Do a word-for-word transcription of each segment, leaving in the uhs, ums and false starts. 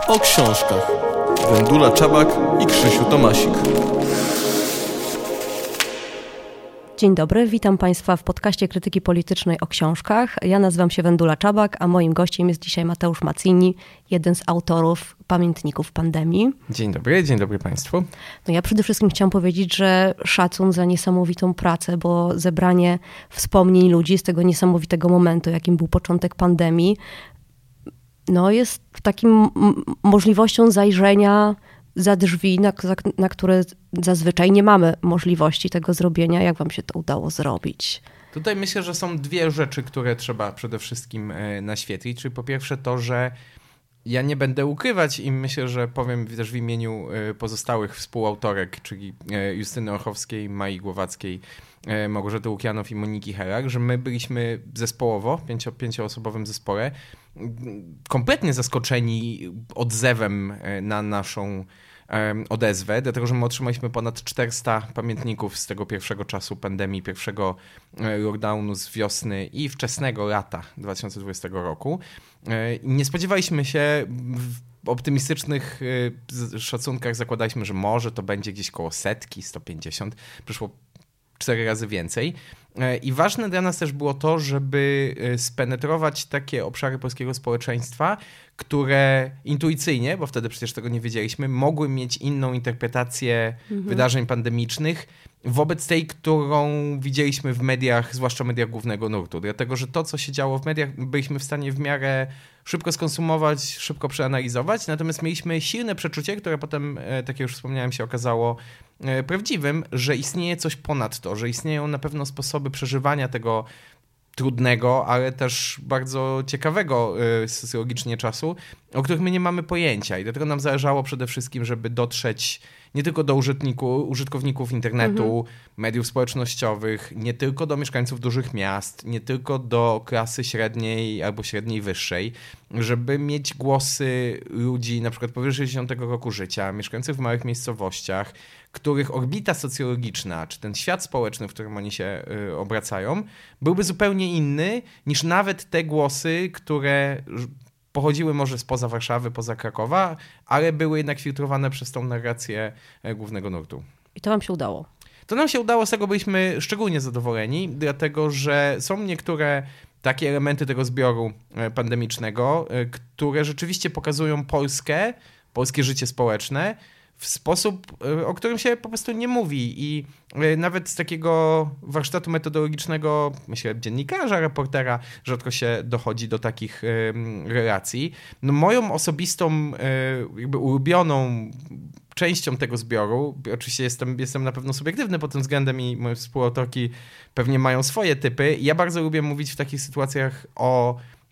O książkach. Wendula Czabak i Krzysiu Tomasik. Dzień dobry, witam Państwa w podcaście Krytyki Politycznej o książkach. Ja nazywam się Wendula Czabak, a moim gościem jest dzisiaj Mateusz Mazzini, jeden z autorów Pamiętników Pandemii. Dzień dobry, dzień dobry Państwu. No ja przede wszystkim chciałam powiedzieć, że szacun za niesamowitą pracę, bo zebranie wspomnień ludzi z tego niesamowitego momentu, jakim był początek pandemii, no jest takim m- możliwością zajrzenia za drzwi, na, na które zazwyczaj nie mamy możliwości tego zrobienia. Jak wam się to udało zrobić? Tutaj myślę, że są dwie rzeczy, które trzeba przede wszystkim naświetlić. Czyli po pierwsze to, że ja nie będę ukrywać i myślę, że powiem też w imieniu pozostałych współautorek, czyli Justyny Orchowskiej, Mai Głowackiej, Małgorzaty Łukianow i Moniki Herak, że my byliśmy zespołowo, pięcio, pięcioosobowym zespole, kompletnie zaskoczeni odzewem na naszą odezwę, dlatego że my otrzymaliśmy ponad czterysta pamiętników z tego pierwszego czasu pandemii, pierwszego lockdownu z wiosny i wczesnego lata dwa tysiące dwudziestego roku. Nie spodziewaliśmy się, w optymistycznych szacunkach zakładaliśmy, że może to będzie gdzieś koło setki, sto pięćdziesiąt. Przyszło cztery razy więcej. I ważne dla nas też było to, żeby spenetrować takie obszary polskiego społeczeństwa, które intuicyjnie, bo wtedy przecież tego nie wiedzieliśmy, mogły mieć inną interpretację mhm. wydarzeń pandemicznych wobec tej, którą widzieliśmy w mediach, zwłaszcza mediach głównego nurtu. Dlatego, że to, co się działo w mediach, byliśmy w stanie w miarę szybko skonsumować, szybko przeanalizować, natomiast mieliśmy silne przeczucie, które potem, tak jak już wspomniałem, się okazało prawdziwym, że istnieje coś ponad to, że istnieją na pewno sposoby przeżywania tego trudnego, ale też bardzo ciekawego socjologicznie czasu, o których my nie mamy pojęcia i dlatego nam zależało przede wszystkim, żeby dotrzeć nie tylko do użytkowników, użytkowników internetu, mhm. mediów społecznościowych, nie tylko do mieszkańców dużych miast, nie tylko do klasy średniej albo średniej wyższej, żeby mieć głosy ludzi na przykład powyżej sześćdziesiątego roku życia, mieszkających w małych miejscowościach, których orbita socjologiczna, czy ten świat społeczny, w którym oni się y, obracają, byłby zupełnie inny niż nawet te głosy, które pochodziły może spoza Warszawy, poza Krakowa, ale były jednak filtrowane przez tą narrację głównego nurtu. I to wam się udało? To nam się udało, z tego byliśmy szczególnie zadowoleni, dlatego że są niektóre takie elementy tego zbioru pandemicznego, które rzeczywiście pokazują Polskę, polskie życie społeczne w sposób, o którym się po prostu nie mówi i nawet z takiego warsztatu metodologicznego, myślę, dziennikarza, reportera, rzadko się dochodzi do takich relacji. No, moją osobistą, jakby ulubioną częścią tego zbioru, oczywiście jestem, jestem na pewno subiektywny pod tym względem i moje współautorki pewnie mają swoje typy. Ja bardzo lubię mówić w takich sytuacjach o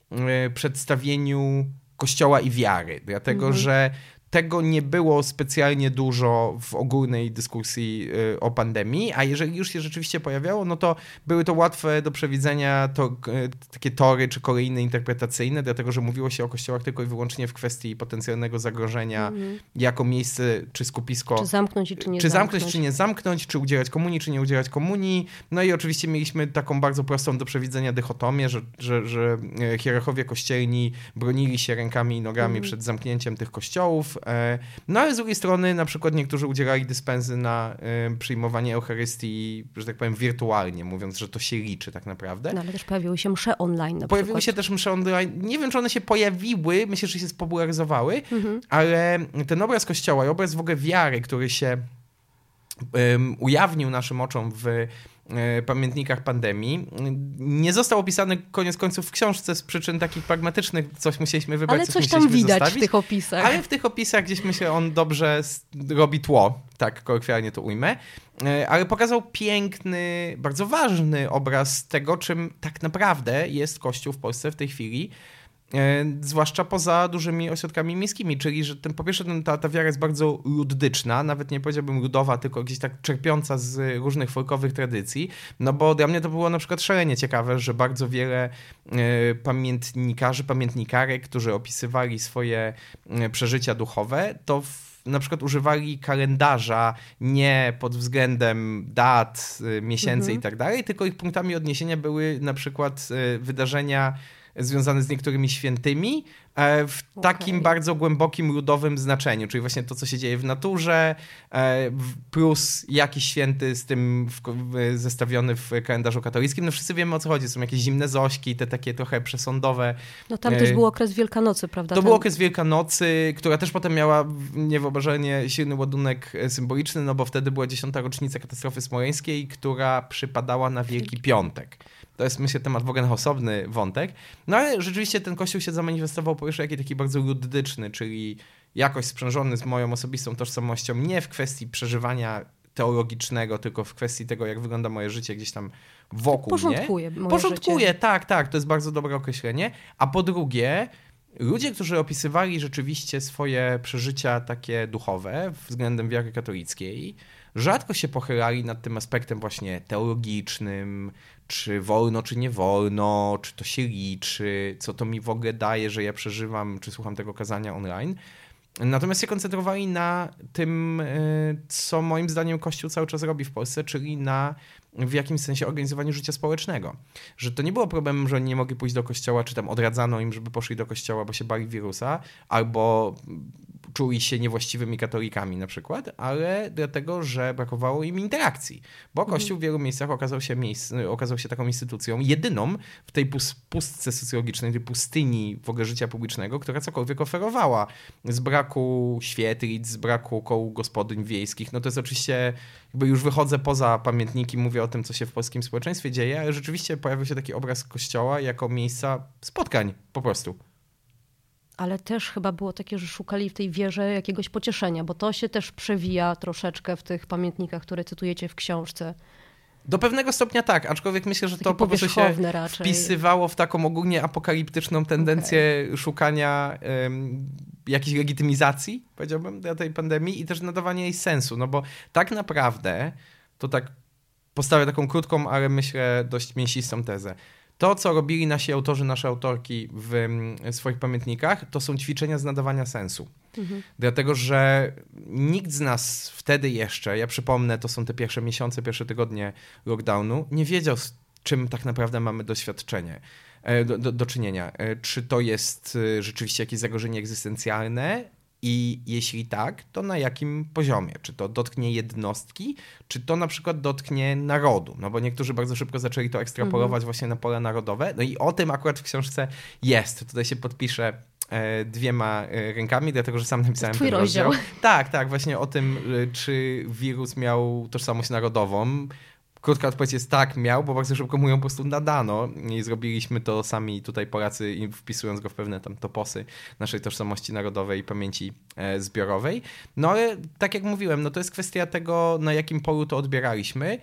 przedstawieniu Kościoła i wiary, dlatego mhm. że tego nie było specjalnie dużo w ogólnej dyskusji o pandemii, a jeżeli już się rzeczywiście pojawiało, no to były to łatwe do przewidzenia to, takie tory czy kolejne interpretacyjne, dlatego że mówiło się o kościołach tylko i wyłącznie w kwestii potencjalnego zagrożenia mm. jako miejsce czy skupisko. Czy zamknąć czy nie czy zamknąć. zamknąć. czy nie zamknąć, czy udzielać komunii, czy nie udzielać komunii. No i oczywiście mieliśmy taką bardzo prostą do przewidzenia dychotomię, że, że, że hierarchowie kościelni bronili się rękami i nogami mm. przed zamknięciem tych kościołów. No ale z drugiej strony na przykład niektórzy udzielali dyspensy na y, przyjmowanie Eucharystii, że tak powiem, wirtualnie, mówiąc, że to się liczy tak naprawdę. No ale też pojawiły się msze online na Pojawiły przykład. się też msze online. Nie wiem, czy one się pojawiły, myślę, że się spopularyzowały, mhm. ale ten obraz Kościoła i obraz w ogóle wiary, który się um, ujawnił naszym oczom w pamiętnikach pandemii, nie został opisany koniec końców w książce z przyczyn takich pragmatycznych, coś musieliśmy wybrać, ale coś, coś tam musieliśmy widać zostawić. w tych opisach. Ale w tych opisach gdzieś myślę, on dobrze robi tło, tak kolokwialnie to ujmę, ale pokazał piękny, bardzo ważny obraz tego, czym tak naprawdę jest Kościół w Polsce w tej chwili, zwłaszcza poza dużymi ośrodkami miejskimi, czyli że ten, po pierwsze ten, ta, ta wiara jest bardzo ludyczna, nawet nie powiedziałbym ludowa, tylko gdzieś tak czerpiąca z różnych folkowych tradycji, no bo dla mnie to było na przykład szalenie ciekawe, że bardzo wiele y, pamiętnikarzy, pamiętnikarek, którzy opisywali swoje y, przeżycia duchowe, to w na przykład używali kalendarza nie pod względem dat, miesięcy mhm. i tak dalej, tylko ich punktami odniesienia były na przykład wydarzenia związane z niektórymi świętymi w takim okay. bardzo głębokim, ludowym znaczeniu, czyli właśnie to, co się dzieje w naturze, plus jakiś święty z tym w, w, zestawiony w kalendarzu katolickim. No wszyscy wiemy, o co chodzi. Są jakieś zimne zośki, te takie trochę przesądowe. No tam też był okres Wielkanocy, prawda? To Ten... był okres Wielkanocy, która też potem miała niewyobrażalnie silny ładunek symboliczny, no bo wtedy była dziesiąta rocznica katastrofy smoleńskiej, która przypadała na Wielki Piątek. To jest, myślę, temat w ogóle osobny wątek. No ale rzeczywiście ten kościół się zamanifestował po pierwsze jako taki bardzo ludyczny, czyli jakoś sprzężony z moją osobistą tożsamością, nie w kwestii przeżywania teologicznego, tylko w kwestii tego, jak wygląda moje życie gdzieś tam wokół Porządkuje mnie. Moje Porządkuje, życie. tak, tak, to jest bardzo dobre określenie. A po drugie, ludzie, którzy opisywali rzeczywiście swoje przeżycia takie duchowe względem wiary katolickiej, rzadko się pochylali nad tym aspektem właśnie teologicznym, czy wolno, czy nie wolno, czy to się liczy, co to mi w ogóle daje, że ja przeżywam, czy słucham tego kazania online. Natomiast się koncentrowali na tym, co moim zdaniem Kościół cały czas robi w Polsce, czyli na w jakimś sensie organizowaniu życia społecznego. Że to nie było problemem, że oni nie mogli pójść do kościoła, czy tam odradzano im, żeby poszli do kościoła, bo się bali wirusa, albo czuli się niewłaściwymi katolikami na przykład, ale dlatego, że brakowało im interakcji. Bo Kościół w wielu miejscach okazał się, miejsc, okazał się taką instytucją jedyną w tej pustce socjologicznej, tej pustyni w ogóle życia publicznego, która cokolwiek oferowała. Z braku świetlic, z braku koł gospodyń wiejskich. No to jest oczywiście, jakby już wychodzę poza pamiętniki, mówię o tym, co się w polskim społeczeństwie dzieje, ale rzeczywiście pojawił się taki obraz Kościoła jako miejsca spotkań po prostu. Ale też chyba było takie, że szukali w tej wierze jakiegoś pocieszenia, bo to się też przewija troszeczkę w tych pamiętnikach, które cytujecie w książce. Do pewnego stopnia tak, aczkolwiek myślę, że takie to po prostu się raczej. wpisywało w taką ogólnie apokaliptyczną tendencję okay. szukania um, jakiejś legitymizacji, powiedziałbym, dla tej pandemii i też nadawania jej sensu, no bo tak naprawdę, to tak postawię taką krótką, ale myślę dość mięsistą tezę. To, co robili nasi autorzy, nasze autorki w swoich pamiętnikach, to są ćwiczenia z nadawania sensu. Mhm. Dlatego, że nikt z nas wtedy jeszcze, ja przypomnę, to są te pierwsze miesiące, pierwsze tygodnie lockdownu, nie wiedział, z czym tak naprawdę mamy doświadczenie, do, do, do czynienia. Czy to jest rzeczywiście jakieś zagrożenie egzystencjalne, i jeśli tak, to na jakim poziomie? Czy to dotknie jednostki, czy to na przykład dotknie narodu? No bo niektórzy bardzo szybko zaczęli to ekstrapolować mhm. właśnie na pole narodowe. No i o tym akurat w książce jest. Tutaj się podpiszę e, dwiema e, rękami, dlatego że sam napisałem Twój ten rozdział. rozdział. Tak, tak, właśnie o tym, czy wirus miał tożsamość narodową. Krótka odpowiedź jest tak, miał, bo bardzo szybko mu ją po prostu nadano i zrobiliśmy to sami tutaj Polacy, wpisując go w pewne tam toposy naszej tożsamości narodowej i pamięci e, zbiorowej. No ale tak jak mówiłem, no to jest kwestia tego, na jakim polu to odbieraliśmy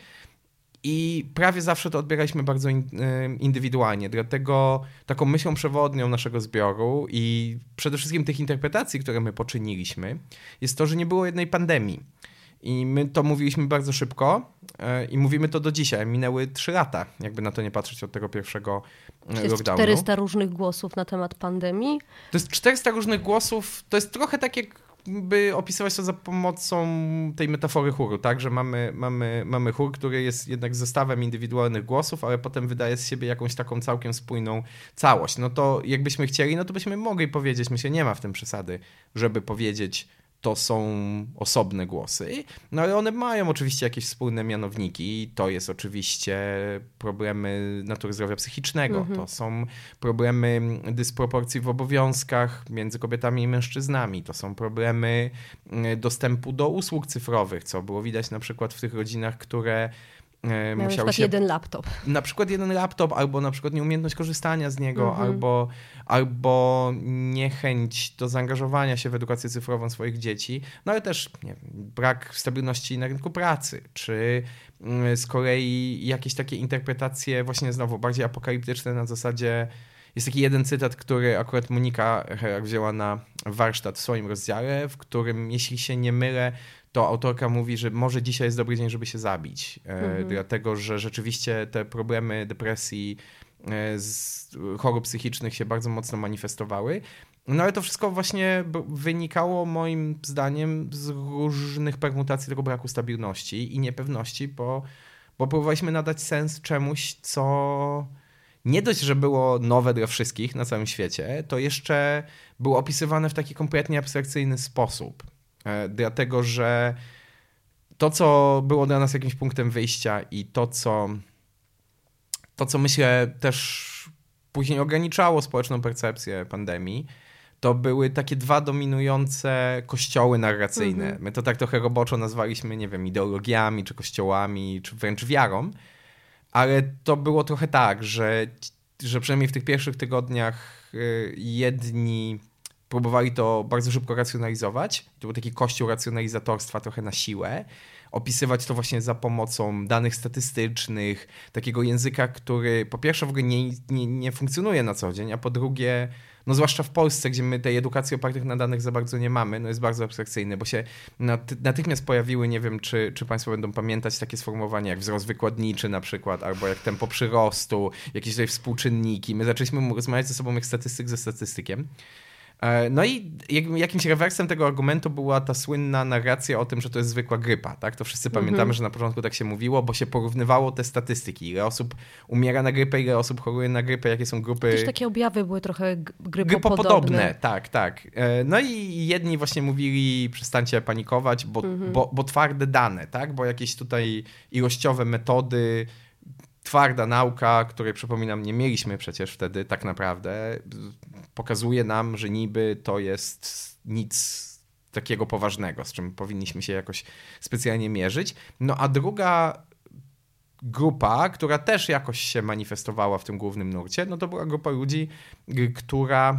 i prawie zawsze to odbieraliśmy bardzo in, e, indywidualnie, dlatego taką myślą przewodnią naszego zbioru i przede wszystkim tych interpretacji, które my poczyniliśmy, jest to, że nie było jednej pandemii. I my to mówiliśmy bardzo szybko i mówimy to do dzisiaj. Minęły trzy lata, jakby na to nie patrzeć od tego pierwszego lockdownu. Jest czterysta różnych głosów na temat pandemii. To jest czterysta różnych głosów. To jest trochę tak, jakby opisywać to za pomocą tej metafory chóru, tak? Że mamy, mamy, mamy chór, który jest jednak zestawem indywidualnych głosów, ale potem wydaje z siebie jakąś taką całkiem spójną całość. No to jakbyśmy chcieli, no to byśmy mogli powiedzieć, myślę, nie ma w tym przesady, żeby powiedzieć, to są osobne głosy, no ale one mają oczywiście jakieś wspólne mianowniki. To jest oczywiście problemy natury zdrowia psychicznego, mhm. to są problemy dysproporcji w obowiązkach między kobietami i mężczyznami, to są problemy dostępu do usług cyfrowych, co było widać na przykład w tych rodzinach, które Miał musiały na przykład się, jeden laptop. Na przykład jeden laptop, albo na przykład nieumiejętność korzystania z niego, mhm. albo, albo niechęć do zaangażowania się w edukację cyfrową swoich dzieci, no ale też nie wiem, brak stabilności na rynku pracy, czy z kolei jakieś takie interpretacje właśnie znowu bardziej apokaliptyczne na zasadzie. Jest taki jeden cytat, który akurat Monika Herak wzięła na warsztat w swoim rozdziale, w którym, jeśli się nie mylę, to autorka mówi, że może dzisiaj jest dobry dzień, żeby się zabić. Mhm. Dlatego, że rzeczywiście te problemy depresji, z chorób psychicznych się bardzo mocno manifestowały. No ale to wszystko właśnie wynikało moim zdaniem z różnych permutacji tego braku stabilności i niepewności, bo, bo próbowaliśmy nadać sens czemuś, co nie dość, że było nowe dla wszystkich na całym świecie, to jeszcze było opisywane w taki kompletnie abstrakcyjny sposób. Dlatego, że to, co było dla nas jakimś punktem wyjścia i to, co, to, co myślę też później ograniczało społeczną percepcję pandemii, to były takie dwa dominujące kościoły narracyjne. Mhm. My to tak trochę roboczo nazwaliśmy, nie wiem, ideologiami, czy kościołami, czy wręcz wiarą, ale to było trochę tak, że, że przynajmniej w tych pierwszych tygodniach jedni próbowali to bardzo szybko racjonalizować. To był taki kościół racjonalizatorstwa trochę na siłę. Opisywać to właśnie za pomocą danych statystycznych, takiego języka, który po pierwsze w ogóle nie, nie, nie funkcjonuje na co dzień, a po drugie, no zwłaszcza w Polsce, gdzie my tej edukacji opartych na danych za bardzo nie mamy, no jest bardzo abstrakcyjny, bo się natychmiast pojawiły, nie wiem, czy, czy Państwo będą pamiętać takie sformułowania jak wzrost wykładniczy na przykład, albo jak tempo przyrostu, jakieś tutaj współczynniki. My zaczęliśmy rozmawiać ze sobą jak statystyk ze statystykiem. No i jakimś rewersem tego argumentu była ta słynna narracja o tym, że to jest zwykła grypa. Tak? To wszyscy pamiętamy, mm-hmm. że na początku tak się mówiło, bo się porównywało te statystyki. Ile osób umiera na grypę, ile osób choruje na grypę, jakie są grupy... Też takie objawy były trochę grypopodobne. Grypopodobne, tak, tak. No i jedni właśnie mówili, przestańcie panikować, bo, mm-hmm. bo, bo twarde dane, tak? Bo jakieś tutaj ilościowe metody... Twarda nauka, której przypominam, nie mieliśmy przecież wtedy tak naprawdę, pokazuje nam, że niby to jest nic takiego poważnego, z czym powinniśmy się jakoś specjalnie mierzyć. No a druga grupa, która też jakoś się manifestowała w tym głównym nurcie, no to była grupa ludzi, która,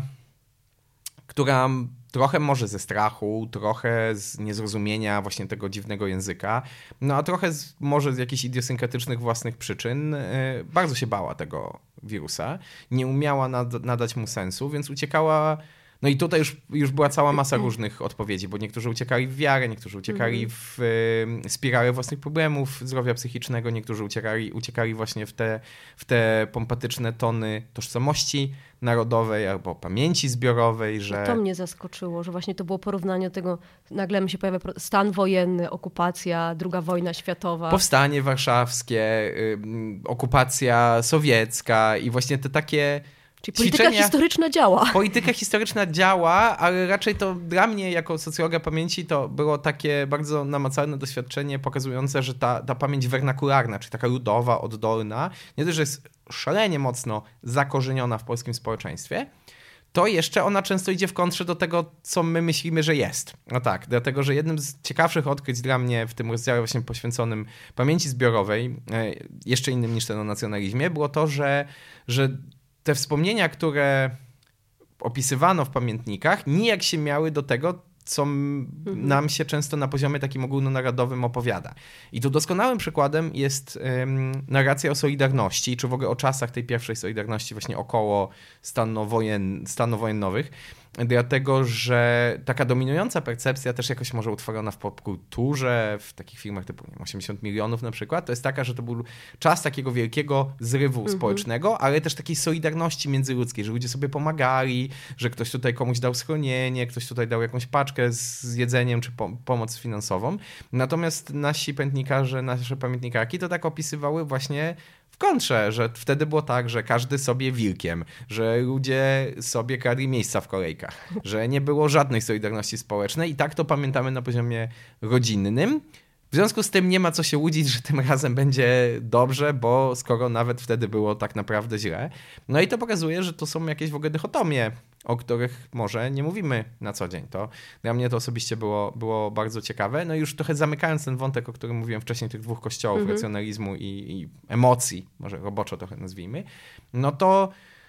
która trochę może ze strachu, trochę z niezrozumienia właśnie tego dziwnego języka, no a trochę z, może z jakichś idiosynkratycznych własnych przyczyn yy, bardzo się bała tego wirusa, nie umiała nad, nadać mu sensu, więc uciekała. No i tutaj już, już była cała masa różnych odpowiedzi, bo niektórzy uciekali w wiarę, niektórzy uciekali w y, spiralę własnych problemów zdrowia psychicznego, niektórzy uciekali, uciekali właśnie w te, w te pompatyczne tony tożsamości narodowej albo pamięci zbiorowej, że... No to mnie zaskoczyło, że właśnie to było porównanie tego, nagle mi się pojawia stan wojenny, okupacja, druga wojna światowa. Powstanie warszawskie, y, okupacja sowiecka i właśnie te takie... Czyli polityka historyczna działa. Polityka historyczna działa, ale raczej to dla mnie jako socjologa pamięci to było takie bardzo namacalne doświadczenie pokazujące, że ta, ta pamięć wernakularna, czyli taka ludowa, oddolna, nie dość, że jest szalenie mocno zakorzeniona w polskim społeczeństwie, to jeszcze ona często idzie w kontrze do tego, co my myślimy, że jest. No tak, dlatego, że jednym z ciekawszych odkryć dla mnie w tym rozdziale właśnie poświęconym pamięci zbiorowej, jeszcze innym niż ten o nacjonalizmie, było to, że, że te wspomnienia, które opisywano w pamiętnikach, nijak się miały do tego, co m- mhm. nam się często na poziomie takim ogólnonarodowym opowiada. I tu doskonałym przykładem jest ym, narracja o Solidarności, czy w ogóle o czasach tej pierwszej Solidarności właśnie około stanowojen, stanowojennowych, dlatego, że taka dominująca percepcja też jakoś może utworzona w popkulturze, w takich filmach typu nie wiem, osiemdziesiąt milionów na przykład, to jest taka, że to był czas takiego wielkiego zrywu mhm. społecznego, ale też takiej solidarności międzyludzkiej, że ludzie sobie pomagali, że ktoś tutaj komuś dał schronienie, ktoś tutaj dał jakąś paczkę z jedzeniem czy pom- pomoc finansową. Natomiast nasi pamiętnikarze, nasze pamiętnikarki to tak opisywały właśnie w kontrze, że wtedy było tak, że każdy sobie wilkiem, że ludzie sobie kradli miejsca w kolejkach, że nie było żadnej solidarności społecznej i tak to pamiętamy na poziomie rodzinnym. W związku z tym nie ma co się łudzić, że tym razem będzie dobrze, bo skoro nawet wtedy było tak naprawdę źle. No i to pokazuje, że to są jakieś w ogóle dychotomie, o których może nie mówimy na co dzień. To dla mnie to osobiście było, było bardzo ciekawe. No i już trochę zamykając ten wątek, o którym mówiłem wcześniej, tych dwóch kościołów, mhm. racjonalizmu i, i emocji, może roboczo trochę nazwijmy, no to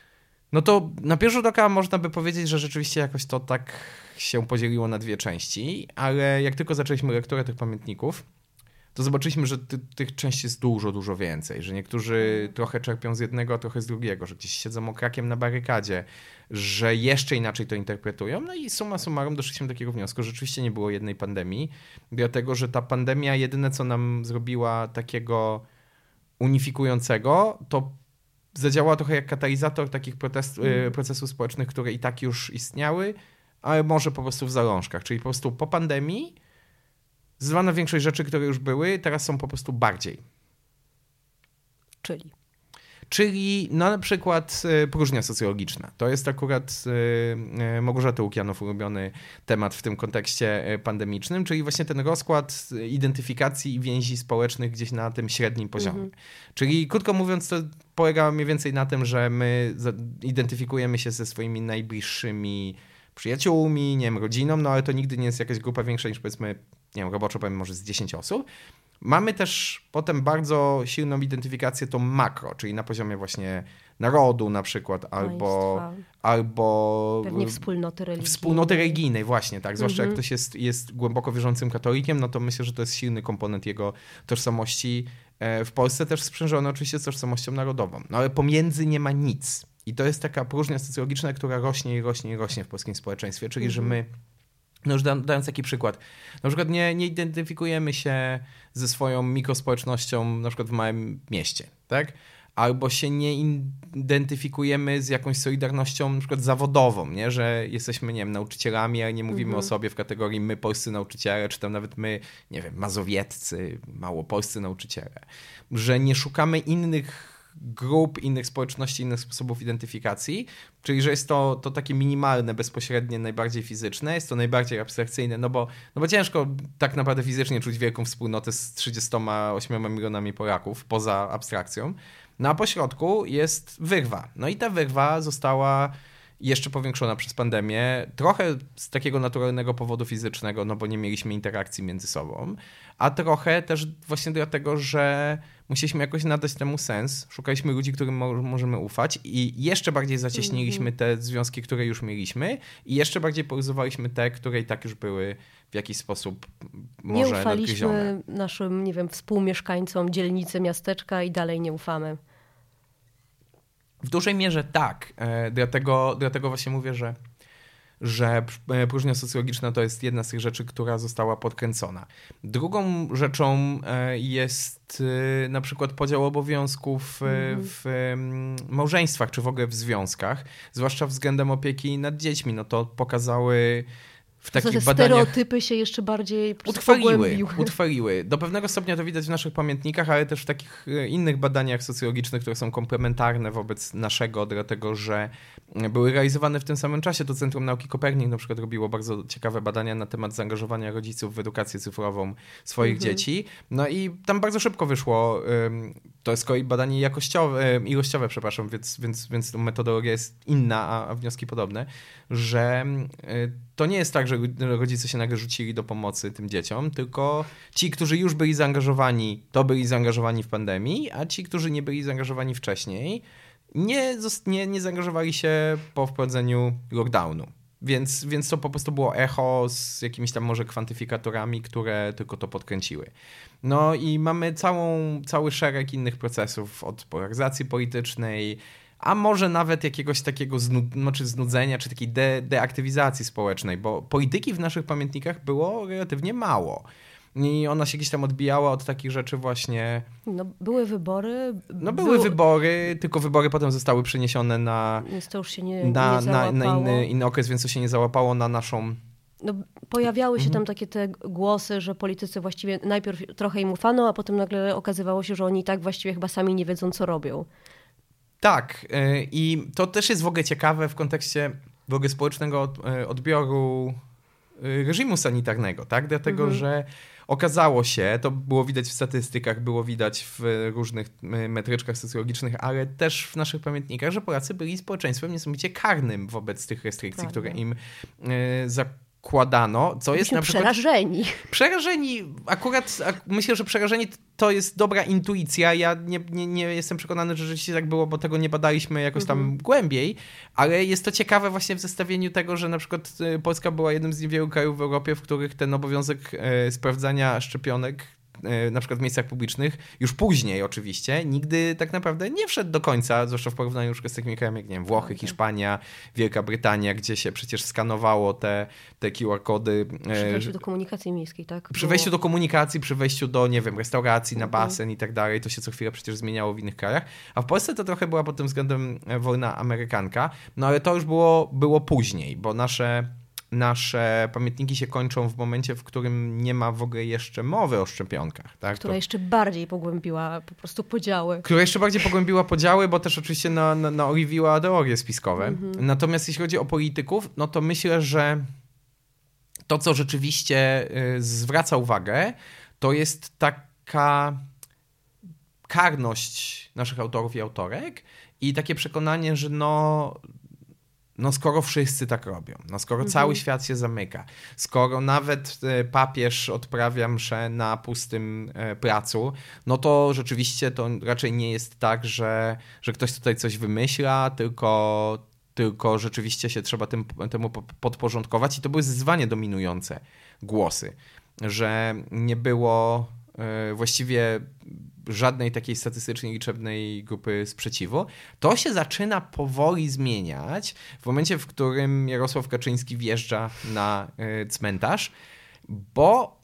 No to na pierwszy rzut oka można by powiedzieć, że rzeczywiście jakoś to tak się podzieliło na dwie części, ale jak tylko zaczęliśmy lekturę tych pamiętników, to zobaczyliśmy, że ty, tych części jest dużo, dużo więcej, że niektórzy trochę czerpią z jednego, a trochę z drugiego, że gdzieś siedzą okrakiem na barykadzie, że jeszcze inaczej to interpretują. No i summa summarum doszliśmy do takiego wniosku, że rzeczywiście nie było jednej pandemii, dlatego, że ta pandemia jedyne, co nam zrobiła takiego unifikującego, to zadziałała trochę jak katalizator takich protest, mm. procesów społecznych, które i tak już istniały, ale może po prostu w zalążkach. Czyli po prostu po pandemii zwana większość rzeczy, które już były, teraz są po prostu bardziej. Czyli? Czyli no na przykład y, próżnia socjologiczna. To jest akurat y, y, Małgorzaty Łukianow ulubiony temat w tym kontekście y, pandemicznym, czyli właśnie ten rozkład identyfikacji i więzi społecznych gdzieś na tym średnim poziomie. Mhm. Czyli krótko mówiąc, to polega mniej więcej na tym, że my identyfikujemy się ze swoimi najbliższymi przyjaciółmi, nie wiem, rodziną, no ale to nigdy nie jest jakaś grupa większa niż powiedzmy, nie wiem, roboczo powiem może z dziesięć osób. Mamy też potem bardzo silną identyfikację tą makro, czyli na poziomie właśnie narodu na przykład, albo, albo pewnie wspólnoty religijnej. Wspólnoty religijnej, właśnie, tak. Zwłaszcza mhm. jak ktoś jest, jest głęboko wierzącym katolikiem, no to myślę, że to jest silny komponent jego tożsamości. W Polsce też sprzężony oczywiście z tożsamością narodową. No ale pomiędzy nie ma nic. I to jest taka próżnia socjologiczna, która rośnie i rośnie i rośnie w polskim społeczeństwie, czyli mhm. że my, no już dając taki przykład, na przykład nie, nie identyfikujemy się ze swoją mikrospołecznością na przykład w małym mieście, tak? Albo się nie identyfikujemy z jakąś solidarnością na przykład zawodową, nie? Że jesteśmy, nie wiem, nauczycielami, ale nie mówimy mhm. o sobie w kategorii my polscy nauczyciele, czy tam nawet my, nie wiem, mazowieccy, małopolscy nauczyciele. Że nie szukamy innych grup, innych społeczności, innych sposobów identyfikacji, czyli że jest to, to takie minimalne, bezpośrednie, najbardziej fizyczne, jest to najbardziej abstrakcyjne, no bo, no bo ciężko tak naprawdę fizycznie czuć wielką wspólnotę z trzydziestoma ośmioma milionami Polaków, poza abstrakcją. No a po środku jest wyrwa. No i ta wyrwa została jeszcze powiększona przez pandemię, trochę z takiego naturalnego powodu fizycznego, no bo nie mieliśmy interakcji między sobą, a trochę też właśnie dlatego, że musieliśmy jakoś nadać temu sens, szukaliśmy ludzi, którym mo- możemy ufać i jeszcze bardziej zacieśniliśmy te związki, które już mieliśmy i jeszcze bardziej poluzowaliśmy te, które i tak już były w jakiś sposób może nie ufaliśmy nadgryzione. Naszym, nie wiem, współmieszkańcom dzielnicy, miasteczka i dalej nie ufamy. W dużej mierze tak, e, dlatego, dlatego właśnie mówię, że, że próżnia socjologiczna to jest jedna z tych rzeczy, która została podkręcona. Drugą rzeczą e, jest e, na przykład podział obowiązków e, w e, małżeństwach, czy w ogóle w związkach, zwłaszcza względem opieki nad dziećmi. No to pokazały w takich te badaniach... stereotypy się jeszcze bardziej utrwaliły, utrwaliły. Do pewnego stopnia to widać w naszych pamiętnikach, ale też w takich innych badaniach socjologicznych, które są komplementarne wobec naszego, dlatego że były realizowane w tym samym czasie. To Centrum Nauki Kopernik na przykład robiło bardzo ciekawe badania na temat zaangażowania rodziców w edukację cyfrową swoich mhm. dzieci. No i tam bardzo szybko wyszło, to jest z kolei badanie jakościowe, ilościowe, przepraszam, więc, więc, więc metodologia jest inna, a, a wnioski podobne, że to nie jest tak, że rodzice się nagle rzucili do pomocy tym dzieciom, tylko ci, którzy już byli zaangażowani, to byli zaangażowani w pandemii, a ci, którzy nie byli zaangażowani wcześniej, nie, nie, nie zaangażowali się po wprowadzeniu lockdownu. Więc, więc to po prostu było echo z jakimiś tam może kwantyfikatorami, które tylko to podkręciły. No i mamy całą, cały szereg innych procesów od polaryzacji politycznej, a może nawet jakiegoś takiego znud, znaczy znudzenia, czy takiej de, deaktywizacji społecznej, bo polityki w naszych pamiętnikach było relatywnie mało. I ona się gdzieś tam odbijała od takich rzeczy właśnie... No były wybory. No były był... wybory, tylko wybory potem zostały przeniesione na, więc to już się nie, na, nie na, na inny, inny okres, więc to się nie załapało na naszą... No, pojawiały się mhm. tam takie te głosy, że politycy właściwie najpierw trochę im ufano, a potem nagle okazywało się, że oni i tak właściwie chyba sami nie wiedzą, co robią. Tak, i to też jest w ogóle ciekawe w kontekście w ogóle społecznego odbioru reżimu sanitarnego, tak? Dlatego, mhm. że okazało się, to było widać w statystykach, było widać w różnych metryczkach socjologicznych, ale też w naszych pamiętnikach, że Polacy byli społeczeństwem niesamowicie karnym wobec tych restrykcji, Prawda. które im zakładano, co jest na przykład... przerażeni. Przerażeni. Akurat myślę, że przerażeni to jest dobra intuicja. Ja nie, nie, nie jestem przekonany, że rzeczywiście tak było, bo tego nie badaliśmy jakoś tam mhm. głębiej, ale jest to ciekawe właśnie w zestawieniu tego, że na przykład Polska była jednym z niewielu krajów w Europie, w których ten obowiązek e, sprawdzania szczepionek na przykład w miejscach publicznych, już później oczywiście, nigdy tak naprawdę nie wszedł do końca, zwłaszcza w porównaniu już z takimi krajami jak nie wiem, Włochy, Hiszpania, Wielka Brytania, gdzie się przecież skanowało te, te Q R kody. Przy wejściu do komunikacji miejskiej, tak? Przy wejściu do komunikacji, przy wejściu do, nie wiem, restauracji, na basen i tak dalej, to się co chwilę przecież zmieniało w innych krajach, a w Polsce to trochę była pod tym względem wojna amerykanka, no ale to już było, było później, bo nasze nasze pamiętniki się kończą w momencie, w którym nie ma w ogóle jeszcze mowy o szczepionkach. Tak? Która to, jeszcze bardziej pogłębiła po prostu podziały. Która jeszcze bardziej pogłębiła podziały, bo też oczywiście na, na, naoliwiła teorie spiskowe. Mhm. Natomiast jeśli chodzi o polityków, no to myślę, że to, co rzeczywiście y, zwraca uwagę, to jest taka karność naszych autorów i autorek i takie przekonanie, że no... No skoro wszyscy tak robią, no skoro mhm. cały świat się zamyka, skoro nawet papież odprawia mszę na pustym placu, no to rzeczywiście to raczej nie jest tak, że, że ktoś tutaj coś wymyśla, tylko, tylko rzeczywiście się trzeba tym, temu podporządkować i to były zdecydowanie dominujące głosy, że nie było właściwie żadnej takiej statystycznie liczebnej grupy sprzeciwu. To się zaczyna powoli zmieniać w momencie, w którym Jarosław Kaczyński wjeżdża na cmentarz, bo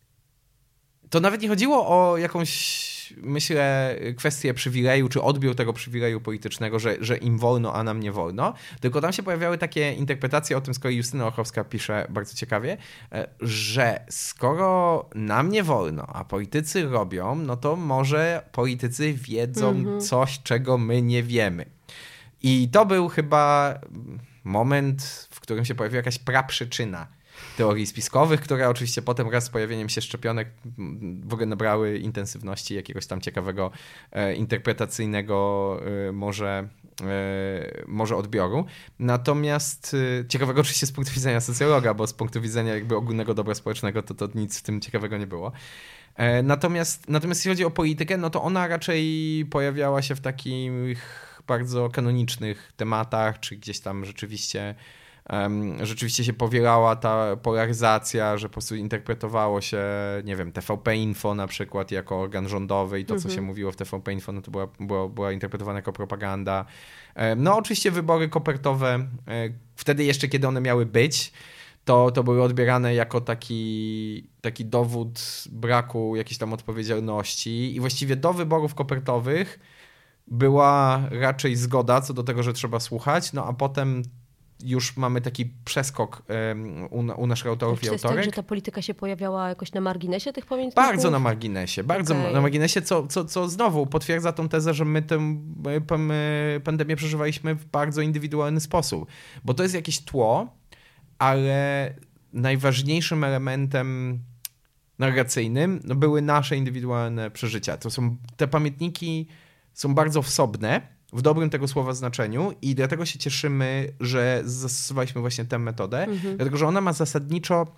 to nawet nie chodziło o jakąś, myślę, kwestię przywileju, czy odbiór tego przywileju politycznego, że, że im wolno, a nam nie wolno, tylko tam się pojawiały takie interpretacje, o tym z kolei Justyna Ochowska pisze bardzo ciekawie, że skoro nam nie wolno, a politycy robią, no to może politycy wiedzą mhm. coś, czego my nie wiemy. I to był chyba moment, w którym się pojawiła jakaś praprzyczyna teorii spiskowych, które oczywiście potem wraz z pojawieniem się szczepionek w ogóle nabrały intensywności jakiegoś tam ciekawego e, interpretacyjnego e, może, e, może odbioru. Natomiast e, ciekawego oczywiście z punktu widzenia socjologa, bo z punktu widzenia jakby ogólnego dobra społecznego to, to nic w tym ciekawego nie było. E, natomiast, natomiast jeśli chodzi o politykę, no to ona raczej pojawiała się w takich bardzo kanonicznych tematach, czy gdzieś tam rzeczywiście Um, rzeczywiście się powielała ta polaryzacja, że po prostu interpretowało się, nie wiem, T V P Info na przykład jako organ rządowy i to, co mm-hmm. się mówiło w T V P Info, no to była, była, była interpretowana jako propaganda. Um, no oczywiście wybory kopertowe, um, wtedy jeszcze, kiedy one miały być, to, to były odbierane jako taki, taki dowód braku jakiejś tam odpowiedzialności i właściwie do wyborów kopertowych była raczej zgoda co do tego, że trzeba słuchać, no a potem już mamy taki przeskok um, u, u naszych autorów i autorek. Czy to jest tak, że ta polityka się pojawiała jakoś na marginesie tych pamiętników? Bardzo na marginesie, bardzo okay. na marginesie, co, co, co znowu potwierdza tą tezę, że my tę pandemię przeżywaliśmy w bardzo indywidualny sposób, bo to jest jakieś tło, ale najważniejszym elementem narracyjnym no, były nasze indywidualne przeżycia. To są, te pamiętniki są bardzo wsobne, w dobrym tego słowa znaczeniu i dlatego się cieszymy, że zastosowaliśmy właśnie tę metodę, mhm. dlatego że ona ma zasadniczo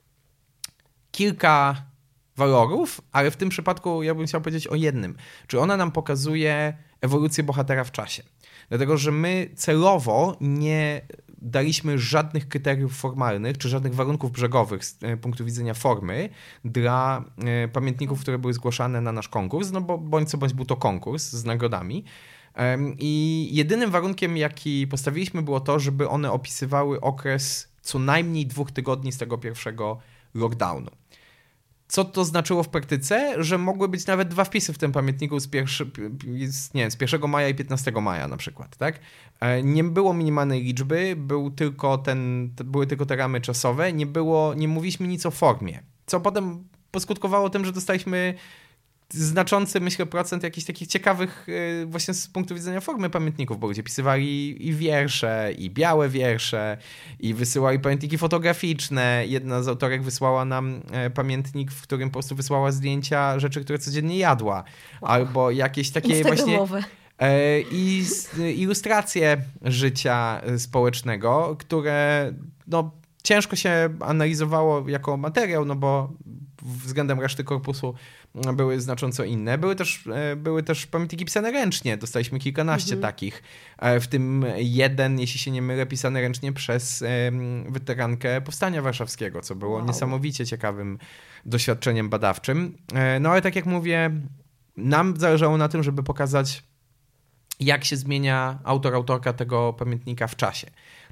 kilka walorów, ale w tym przypadku ja bym chciał powiedzieć o jednym. Czy ona nam pokazuje ewolucję bohatera w czasie. Dlatego, że my celowo nie daliśmy żadnych kryteriów formalnych, czy żadnych warunków brzegowych z punktu widzenia formy dla pamiętników, które były zgłaszane na nasz konkurs, no bo bądź co bądź był to konkurs z nagrodami. I jedynym warunkiem, jaki postawiliśmy, było to, żeby one opisywały okres co najmniej dwóch tygodni z tego pierwszego lockdownu. Co to znaczyło w praktyce? Że mogły być nawet dwa wpisy w tym pamiętniku z, pierwszy, nie wiem, z pierwszego maja i piętnastego maja na przykład. Tak? Nie było minimalnej liczby, był tylko ten, były tylko te ramy czasowe, nie, było, nie mówiliśmy nic o formie. Co potem poskutkowało tym, że dostaliśmy znaczący, myślę, procent jakichś takich ciekawych właśnie z punktu widzenia formy pamiętników, bo ludzie pisywali i wiersze, i białe wiersze, i wysyłali pamiętniki fotograficzne. Jedna z autorek wysłała nam pamiętnik, w którym po prostu wysłała zdjęcia rzeczy, które codziennie jadła. Wow. Albo jakieś takie właśnie i ilustracje życia społecznego, które no, ciężko się analizowało jako materiał, no bo względem reszty korpusu były znacząco inne. Były też, były też pamiętniki pisane ręcznie. Dostaliśmy kilkanaście mhm. takich. W tym jeden, jeśli się nie mylę, pisany ręcznie przez weterankę Powstania Warszawskiego, co było wow. niesamowicie ciekawym doświadczeniem badawczym. No ale tak jak mówię, nam zależało na tym, żeby pokazać, jak się zmienia autor, autorka tego pamiętnika w czasie.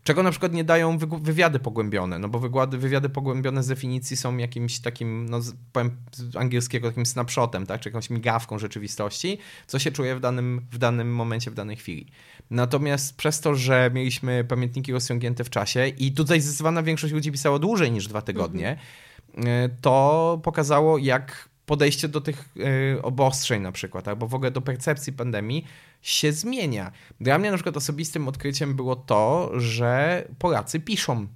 Czego na przykład nie dają wy- wywiady pogłębione, no bo wywiady, wywiady pogłębione z definicji są jakimś takim, no powiem z angielskiego, takim snapshotem, tak, czy jakąś migawką rzeczywistości, co się czuje w danym, w danym momencie, w danej chwili. Natomiast przez to, że mieliśmy pamiętniki rozciągnięte w czasie i tutaj zdecydowana większość ludzi pisało dłużej niż dwa tygodnie, mm-hmm. to pokazało, jak podejście do tych y, obostrzeń na przykład, albo w ogóle do percepcji pandemii się zmienia. Dla mnie na przykład osobistym odkryciem było to, że Polacy piszą.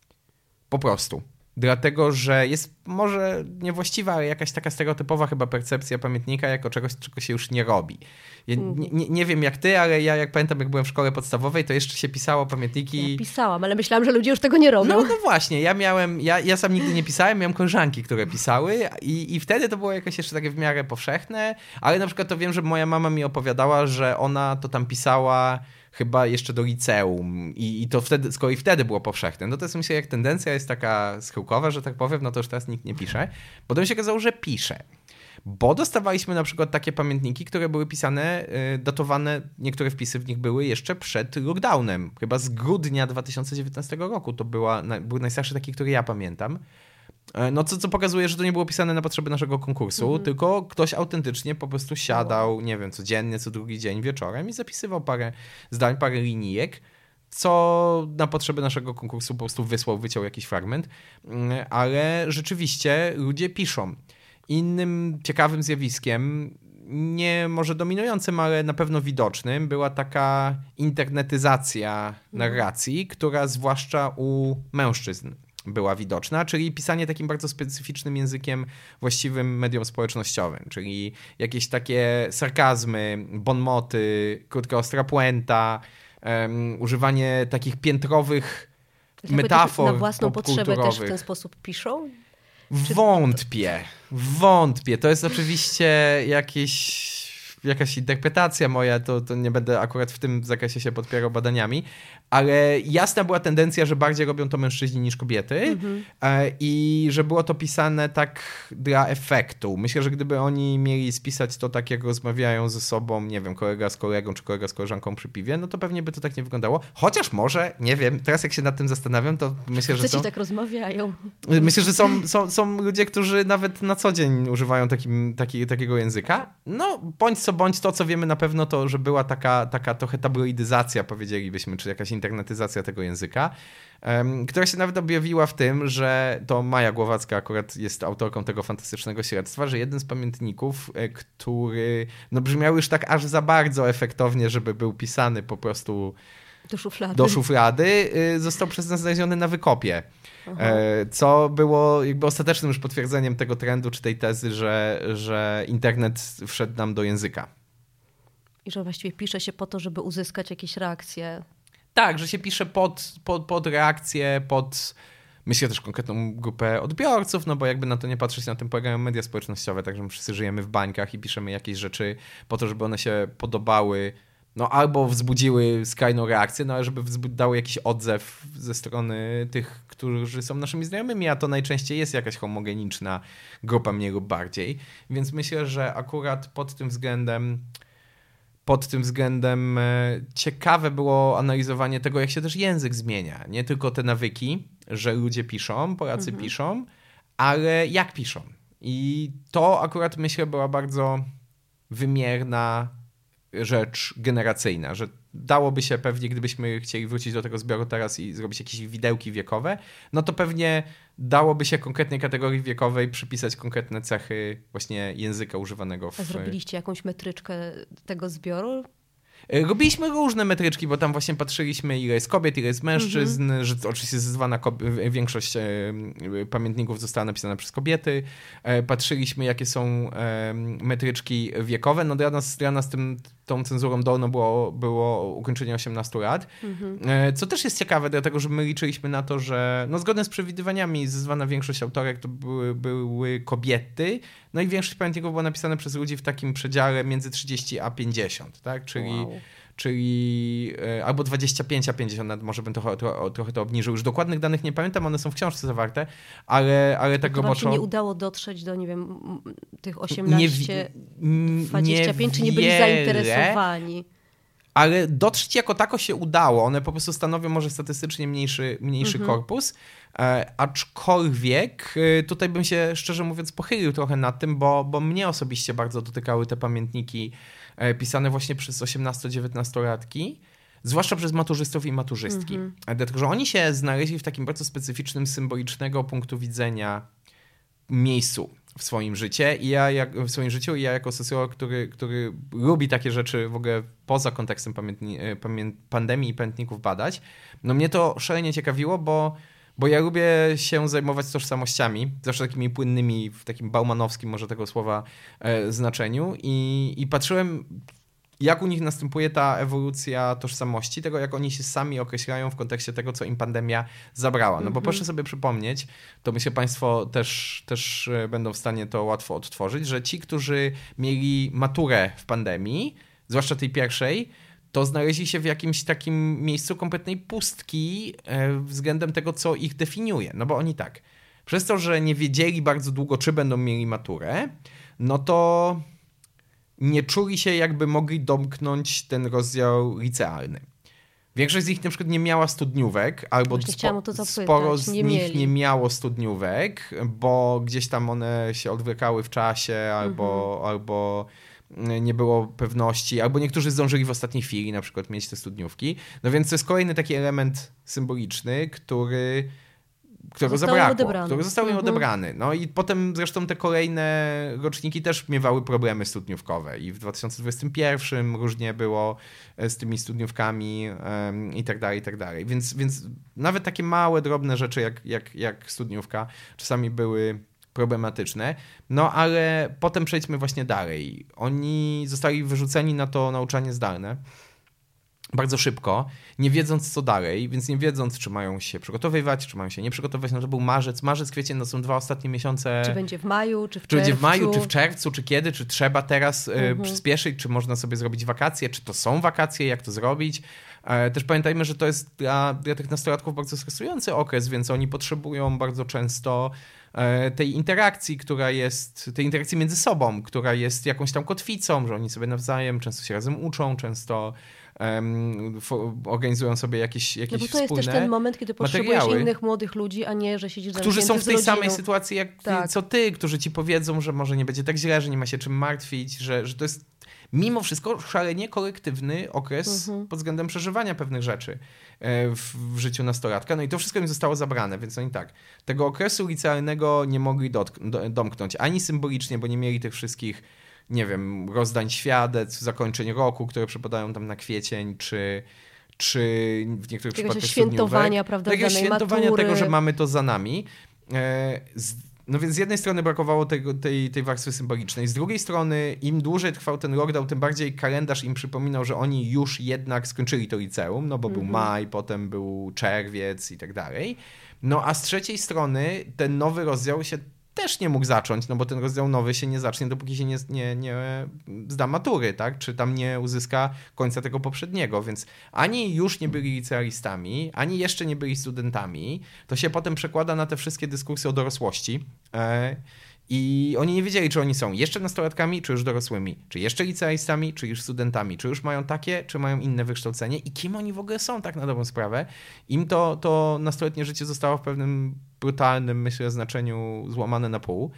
Po prostu. Dlatego, że jest może niewłaściwa, ale jakaś taka stereotypowa chyba percepcja pamiętnika jako czegoś, czego się już nie robi. Ja nie, nie, nie wiem jak ty, ale ja jak pamiętam, jak byłem w szkole podstawowej, to jeszcze się pisało pamiętniki. Ja pisałam, ale myślałam, że ludzie już tego nie robią. No, no właśnie, ja miałem, ja, ja sam nigdy nie pisałem, miałem koleżanki, które pisały i, i wtedy to było jakieś jeszcze takie w miarę powszechne, ale na przykład to wiem, że moja mama mi opowiadała, że ona to tam pisała chyba jeszcze do liceum i, i to wtedy, z kolei wtedy było powszechne. No to jest, myślę, jak tendencja jest taka schyłkowa, że tak powiem, no to już teraz nikt nie pisze. Potem się okazało, że pisze. Bo dostawaliśmy na przykład takie pamiętniki, które były pisane, datowane, niektóre wpisy w nich były jeszcze przed lockdownem. Chyba z grudnia dwa tysiące dziewiętnastego roku to była, był najstarszy taki, który ja pamiętam. No co, co pokazuje, że to nie było pisane na potrzeby naszego konkursu, mhm. tylko ktoś autentycznie po prostu siadał, nie wiem, codziennie, co drugi dzień wieczorem i zapisywał parę zdań, parę linijek, co na potrzeby naszego konkursu po prostu wysłał, wyciął jakiś fragment, ale rzeczywiście ludzie piszą. Innym ciekawym zjawiskiem, nie może dominującym, ale na pewno widocznym, była taka internetyzacja narracji, która zwłaszcza u mężczyzn była widoczna, czyli pisanie takim bardzo specyficznym językiem właściwym mediom społecznościowym, czyli jakieś takie sarkazmy, bonmoty, krótka ostra puenta, um, używanie takich piętrowych metafor na własną potrzebę też w ten sposób piszą? Czy... Wątpię, wątpię. To jest oczywiście jakieś, jakaś interpretacja moja, to, to nie będę akurat w tym zakresie się podpierał badaniami, ale jasna była tendencja, że bardziej robią to mężczyźni niż kobiety mhm. i że było to pisane tak dla efektu. Myślę, że gdyby oni mieli spisać to tak, jak rozmawiają ze sobą, nie wiem, kolega z kolegą czy kolega z koleżanką przy piwie, no to pewnie by to tak nie wyglądało. Chociaż może, nie wiem, teraz jak się nad tym zastanawiam, to myślę, że są... są... tak rozmawiają. Myślę, że są, są, są ludzie, którzy nawet na co dzień używają takim, taki, takiego języka. No, bądź co bądź, to co wiemy na pewno, to że była taka, taka trochę tabloidyzacja, powiedzielibyśmy, czy jakaś internetyzacja tego języka, um, która się nawet objawiła w tym, że to Maja Głowacka akurat jest autorką tego fantastycznego śledztwa, że jeden z pamiętników, który no, brzmiał już tak aż za bardzo efektownie, żeby był pisany po prostu do szuflady, do szuflady został przez nas znaleziony na wykopie. Aha. Co było jakby ostatecznym już potwierdzeniem tego trendu, czy tej tezy, że, że internet wszedł nam do języka. I że właściwie pisze się po to, żeby uzyskać jakieś reakcje. Tak, że się pisze pod, pod, pod reakcję, pod myślę też konkretną grupę odbiorców, no bo jakby na to nie patrzeć, na tym polegają media społecznościowe, także my wszyscy żyjemy w bańkach i piszemy jakieś rzeczy po to, żeby one się podobały, no albo wzbudziły skrajną reakcję, no ale żeby dały jakiś odzew ze strony tych, którzy są naszymi znajomymi, a to najczęściej jest jakaś homogeniczna grupa mniej lub bardziej. Więc myślę, że akurat pod tym względem pod tym względem ciekawe było analizowanie tego, jak się też język zmienia. Nie tylko te nawyki, że ludzie piszą, Polacy mhm. piszą, ale jak piszą. I to akurat myślę była bardzo wymierna rzecz generacyjna, że dałoby się pewnie, gdybyśmy chcieli wrócić do tego zbioru teraz i zrobić jakieś widełki wiekowe, no to pewnie dałoby się konkretnej kategorii wiekowej przypisać konkretne cechy właśnie języka używanego w... A zrobiliście jakąś metryczkę tego zbioru? Robiliśmy różne metryczki, bo tam właśnie patrzyliśmy, ile jest kobiet, ile jest mężczyzn, mm-hmm. że oczywiście zdecydowana większość e, pamiętników została napisana przez kobiety. E, patrzyliśmy, jakie są e, metryczki wiekowe. No dla nas, dla nas tym, tą cenzurą dolną było, było ukończenie osiemnastu lat, mm-hmm. e, co też jest ciekawe, dlatego że my liczyliśmy na to, że no zgodnie z przewidywaniami zdecydowana większość autorek to były, były kobiety, no i większość pamiętników była napisana przez ludzi w takim przedziale między trzydzieści a pięćdziesiąt, tak? Czyli, wow. czyli e, albo dwadzieścia pięć a pięćdziesiąt, może bym trochę, trochę, trochę to obniżył. Już dokładnych danych nie pamiętam, one są w książce zawarte, ale, ale tak roboczo... roboczo... Wam się nie udało dotrzeć do, nie wiem, tych osiemnaście, dwadzieścia pięć, czy nie byli zainteresowani? ale dotrzeć jako tako się udało. One po prostu stanowią może statystycznie mniejszy, mniejszy mhm. korpus, e, aczkolwiek e, tutaj bym się szczerze mówiąc pochylił trochę nad tym, bo, bo mnie osobiście bardzo dotykały te pamiętniki e, pisane właśnie przez osiemnasto-dziewiętnastolatki, zwłaszcza przez maturzystów i maturzystki. Mhm. Dlatego, że oni się znaleźli w takim bardzo specyficznym, symbolicznego punktu widzenia miejscu w swoim życiu i ja jak, w swoim życiu i ja jako socjolog, który, który lubi takie rzeczy w ogóle poza kontekstem pamiętni, pamię, pandemii i pamiętników badać, no mnie to szalenie ciekawiło, bo, bo ja lubię się zajmować tożsamościami, zawsze takimi płynnymi, w takim baumanowskim może tego słowa e, znaczeniu i, i patrzyłem, jak u nich następuje ta ewolucja tożsamości, tego jak oni się sami określają w kontekście tego, co im pandemia zabrała. No bo mm-hmm. proszę sobie przypomnieć, to myślę Państwo też, też będą w stanie to łatwo odtworzyć, że ci, którzy mieli maturę w pandemii, zwłaszcza tej pierwszej, to znaleźli się w jakimś takim miejscu kompletnej pustki względem tego, co ich definiuje. No bo oni tak, przez to, że nie wiedzieli bardzo długo, czy będą mieli maturę, no to nie czuli się, jakby mogli domknąć ten rozdział licealny. Większość z nich na przykład nie miała studniówek, albo spo, sporo z nie nich mieli. nie miało studniówek, bo gdzieś tam one się odwlekały w czasie, albo, mhm. albo nie było pewności, albo niektórzy zdążyli w ostatniej chwili na przykład mieć te studniówki. No więc to jest kolejny taki element symboliczny, który... którego zabrakło, odebrany. który został im mhm. odebrany. No i potem zresztą te kolejne roczniki też miewały problemy studniówkowe i w dwa tysiące dwudziestym pierwszym różnie było z tymi studniówkami um, i tak dalej, i tak dalej. Więc, więc nawet takie małe, drobne rzeczy jak, jak, jak studniówka czasami były problematyczne. No ale potem przejdźmy właśnie dalej. Oni zostali wyrzuceni na to nauczanie zdalne bardzo szybko, nie wiedząc co dalej, więc nie wiedząc, czy mają się przygotowywać, czy mają się nie przygotowywać. No to był marzec, marzec, kwiecień, no są dwa ostatnie miesiące. Czy będzie w maju, czy w czy czerwcu. Czy będzie w maju, czy w czerwcu, czy kiedy, czy trzeba teraz mhm. y, przyspieszyć, czy można sobie zrobić wakacje, czy to są wakacje, jak to zrobić. E, też pamiętajmy, że to jest dla, dla tych nastolatków bardzo stresujący okres, więc oni potrzebują bardzo często e, tej interakcji, która jest, tej interakcji między sobą, która jest jakąś tam kotwicą, że oni sobie nawzajem często się razem uczą, często Um, organizują sobie jakieś, jakieś no bo to wspólne jest też ten moment, kiedy potrzebujesz materiały, innych młodych ludzi, a nie, że siedzisz którzy są w tej rodziną. samej sytuacji jak tak. co ty, którzy ci powiedzą, że może nie będzie tak źle, że nie ma się czym martwić, że, że to jest mimo wszystko szalenie kolektywny okres mhm. pod względem przeżywania pewnych rzeczy w, w życiu nastolatka. No i to wszystko im zostało zabrane, więc oni tak, tego okresu licealnego nie mogli dotk- do, domknąć ani symbolicznie, bo nie mieli tych wszystkich nie wiem, rozdań świadectw, zakończeń roku, które przypadają tam na kwiecień, czy, czy w niektórych Tego przypadkach świętowania, prawda, Tego świętowania matury. tego, że mamy to za nami. No więc z jednej strony brakowało tego, tej, tej warstwy symbolicznej, z drugiej strony im dłużej trwał ten lockdown, tym bardziej kalendarz im przypominał, że oni już jednak skończyli to liceum, no bo mm-hmm. był maj, potem był czerwiec i tak dalej. No a z trzeciej strony ten nowy rozdział się też nie mógł zacząć, no bo ten rozdział nowy się nie zacznie, dopóki się nie, nie, nie zda matury, tak? Czy tam nie uzyska końca tego poprzedniego, więc ani już nie byli licealistami, ani jeszcze nie byli studentami. To się potem przekłada na te wszystkie dyskusje o dorosłości e, i oni nie wiedzieli, czy oni są jeszcze nastolatkami, czy już dorosłymi, czy jeszcze licealistami, czy już studentami, czy już mają takie, czy mają inne wykształcenie i kim oni w ogóle są, tak na dobrą sprawę. Im to, to nastoletnie życie zostało w pewnym brutalnym, myślę, znaczeniu złamane na pół.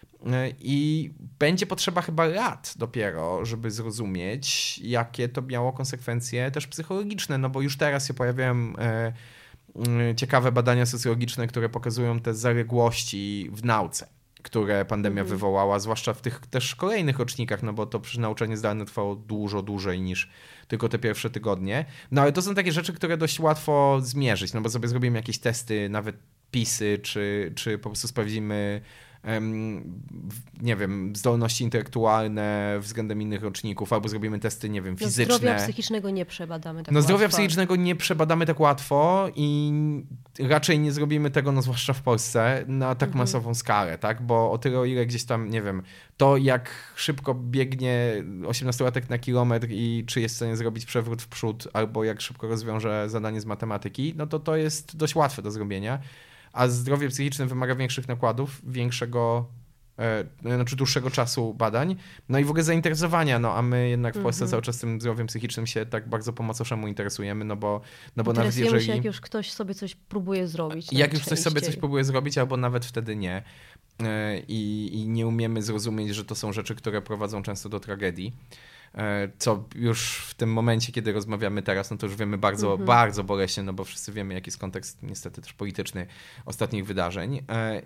I będzie potrzeba chyba lat dopiero, żeby zrozumieć, jakie to miało konsekwencje też psychologiczne, no bo już teraz się pojawiają e, e, ciekawe badania socjologiczne, które pokazują te zaległości w nauce, które pandemia mm. wywołała, zwłaszcza w tych też kolejnych rocznikach, no bo to przecież nauczanie zdalne trwało dużo dłużej niż tylko te pierwsze tygodnie. No ale to są takie rzeczy, które dość łatwo zmierzyć, no bo sobie zrobimy jakieś testy, nawet pisy, czy, czy po prostu sprawdzimy um, nie wiem, zdolności intelektualne względem innych roczników, albo zrobimy testy, nie wiem, fizyczne. No zdrowia psychicznego nie przebadamy tak No łatwo. zdrowia psychicznego nie przebadamy tak łatwo i raczej nie zrobimy tego, no zwłaszcza w Polsce, na tak mhm. masową skalę, tak? Bo o tyle, o ile gdzieś tam, nie wiem, to jak szybko biegnie osiemnastolatek na kilometr i czy jest w stanie zrobić przewrót w przód, albo jak szybko rozwiąże zadanie z matematyki, no to to jest dość łatwe do zrobienia. A zdrowie psychiczne wymaga większych nakładów, większego e, znaczy dłuższego czasu badań, no i w ogóle zainteresowania, no a my jednak w Polsce mm-hmm. cały czas tym zdrowiem psychicznym się tak bardzo po macoszemu interesujemy, no bo, no bo nawet jeżeli... się, jak już ktoś sobie coś próbuje zrobić. Jak już ktoś sobie coś próbuje zrobić, albo nawet wtedy nie. I, i nie umiemy zrozumieć, że to są rzeczy, które prowadzą często do tragedii. Co już w tym momencie, kiedy rozmawiamy teraz, no to już wiemy bardzo, mm-hmm. bardzo boleśnie, no bo wszyscy wiemy, jaki jest kontekst niestety też polityczny ostatnich wydarzeń.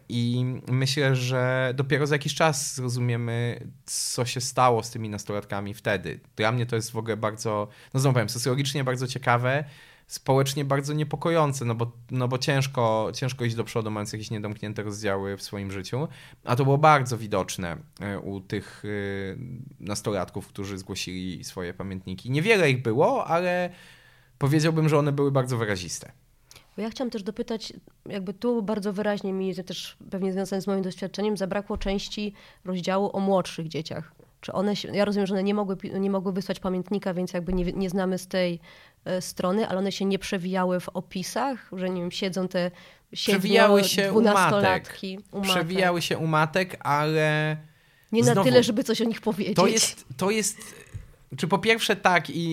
I myślę, że dopiero za jakiś czas zrozumiemy, co się stało z tymi nastolatkami wtedy. Dla mnie to jest w ogóle bardzo, no znowu powiem, socjologicznie bardzo ciekawe, społecznie bardzo niepokojące, no bo, no bo ciężko, ciężko iść do przodu, mając jakieś niedomknięte rozdziały w swoim życiu, a to było bardzo widoczne u tych nastolatków, którzy zgłosili swoje pamiętniki. Niewiele ich było, ale powiedziałbym, że one były bardzo wyraziste. Bo ja chciałam też dopytać, jakby tu bardzo wyraźnie mi, też pewnie związane z moim doświadczeniem, zabrakło części rozdziału o młodszych dzieciach. Czy one się, ja rozumiem, że one nie mogły, nie mogły wysłać pamiętnika, więc jakby nie, nie znamy z tej e, strony, ale one się nie przewijały w opisach, że nie wiem, siedzą te siedmiu, dwunastolatki u matek. Przewijały się u matek, ale nie znowu, na tyle, żeby coś o nich powiedzieć. To jest, to jest czy po pierwsze tak i,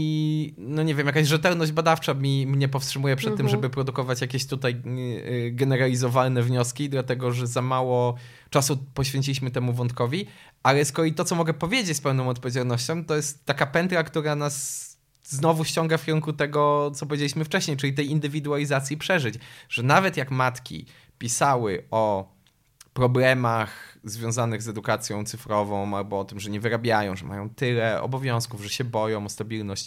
i no nie wiem, jakaś rzetelność badawcza mi, mnie powstrzymuje przed mhm. tym, żeby produkować jakieś tutaj generalizowalne wnioski, dlatego że za mało czasu poświęciliśmy temu wątkowi, ale z kolei to, co mogę powiedzieć z pełną odpowiedzialnością, to jest taka pętla, która nas znowu ściąga w kierunku tego, co powiedzieliśmy wcześniej, czyli tej indywidualizacji przeżyć, że nawet jak matki pisały o problemach związanych z edukacją cyfrową albo o tym, że nie wyrabiają, że mają tyle obowiązków, że się boją o stabilność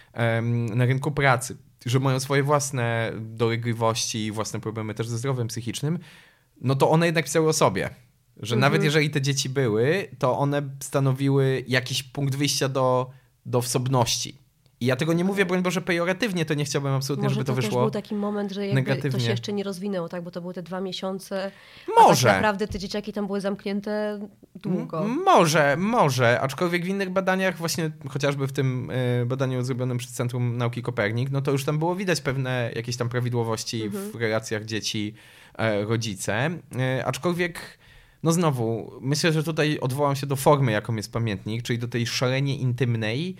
um, na rynku pracy, że mają swoje własne dolegliwości i własne problemy też ze zdrowiem psychicznym, no to one jednak pisały o sobie. Że mhm. nawet jeżeli te dzieci były, to one stanowiły jakiś punkt wyjścia do, do wsobności. I ja tego nie mówię, broń Boże, pejoratywnie, to nie chciałbym absolutnie, może żeby to, to wyszło Może to też był taki moment, że jakby negatywnie. To się jeszcze nie rozwinęło, tak? Bo to były te dwa miesiące, może. a tak naprawdę te dzieciaki tam były zamknięte długo. M- może, może. Aczkolwiek w innych badaniach, właśnie chociażby w tym y, badaniu zrobionym przez Centrum Nauki Kopernik, no to już tam było widać pewne jakieś tam prawidłowości mhm. w relacjach dzieci-rodzice. Y, aczkolwiek no znowu, myślę, że tutaj odwołam się do formy, jaką jest pamiętnik, czyli do tej szalenie intymnej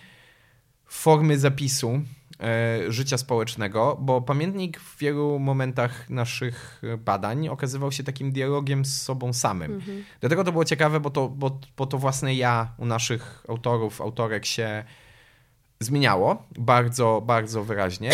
formy zapisu e, życia społecznego, bo pamiętnik w wielu momentach naszych badań okazywał się takim dialogiem z sobą samym. Mhm. Dlatego to było ciekawe, bo to, bo, bo to własne ja u naszych autorów, autorek się zmieniało bardzo, bardzo wyraźnie.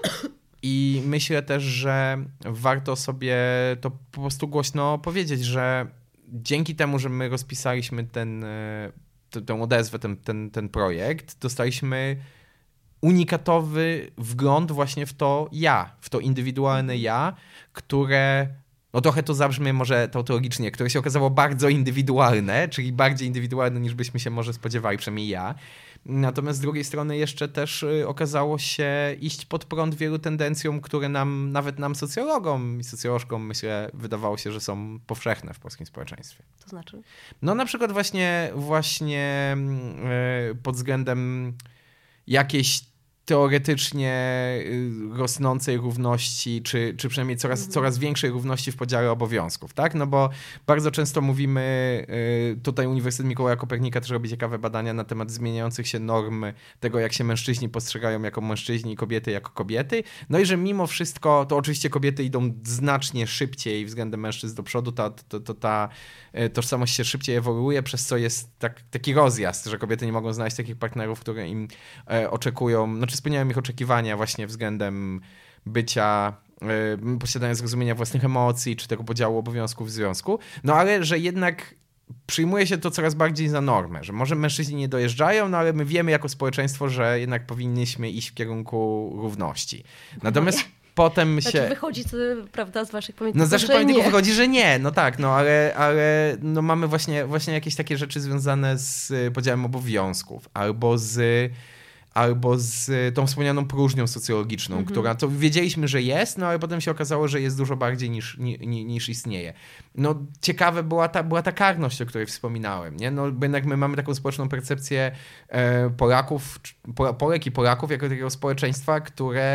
I myślę też, że warto sobie to po prostu głośno powiedzieć, że dzięki temu, że my rozpisaliśmy ten, tę odezwę, ten, ten, ten projekt, dostaliśmy unikatowy wgląd właśnie w to ja, w to indywidualne ja, które, no trochę to zabrzmi może tautologicznie, które się okazało bardzo indywidualne, czyli bardziej indywidualne niż byśmy się może spodziewali, przynajmniej ja. Natomiast z drugiej strony jeszcze też okazało się iść pod prąd wielu tendencjom, które nam, nawet nam socjologom i socjolożkom, myślę, wydawało się, że są powszechne w polskim społeczeństwie. To znaczy? No na przykład właśnie, właśnie pod względem jakiejś teoretycznie rosnącej równości, czy, czy przynajmniej coraz, mhm. coraz większej równości w podziale obowiązków, tak? No bo bardzo często mówimy, tutaj Uniwersytet Mikołaja Kopernika też robi ciekawe badania na temat zmieniających się norm tego, jak się mężczyźni postrzegają jako mężczyźni i kobiety jako kobiety. No i że mimo wszystko, to oczywiście kobiety idą znacznie szybciej względem mężczyzn do przodu, ta, to, to, ta tożsamość się szybciej ewoluuje, przez co jest tak, taki rozjazd, że kobiety nie mogą znaleźć takich partnerów, które im e, oczekują, znaczy spełniają ich oczekiwania właśnie względem bycia, e, posiadania zrozumienia własnych emocji, czy tego podziału obowiązków w związku. No ale, że jednak przyjmuje się to coraz bardziej za normę, że może mężczyźni nie dojeżdżają, no ale my wiemy jako społeczeństwo, że jednak powinniśmy iść w kierunku równości. Natomiast potem się... Znaczy wychodzi, co, prawda, z waszych pamiętników, No z naszych pamiętników wychodzi, że nie, no tak, no ale, ale no mamy właśnie, właśnie jakieś takie rzeczy związane z podziałem obowiązków, albo z... albo z tą wspomnianą próżnią socjologiczną, mm-hmm. która to wiedzieliśmy, że jest, no ale potem się okazało, że jest dużo bardziej niż, ni, ni, niż istnieje. No ciekawe była ta, była ta karność, o której wspominałem, nie? No bo jednak my mamy taką społeczną percepcję e, Polaków, Polek i Polaków jako takiego społeczeństwa, które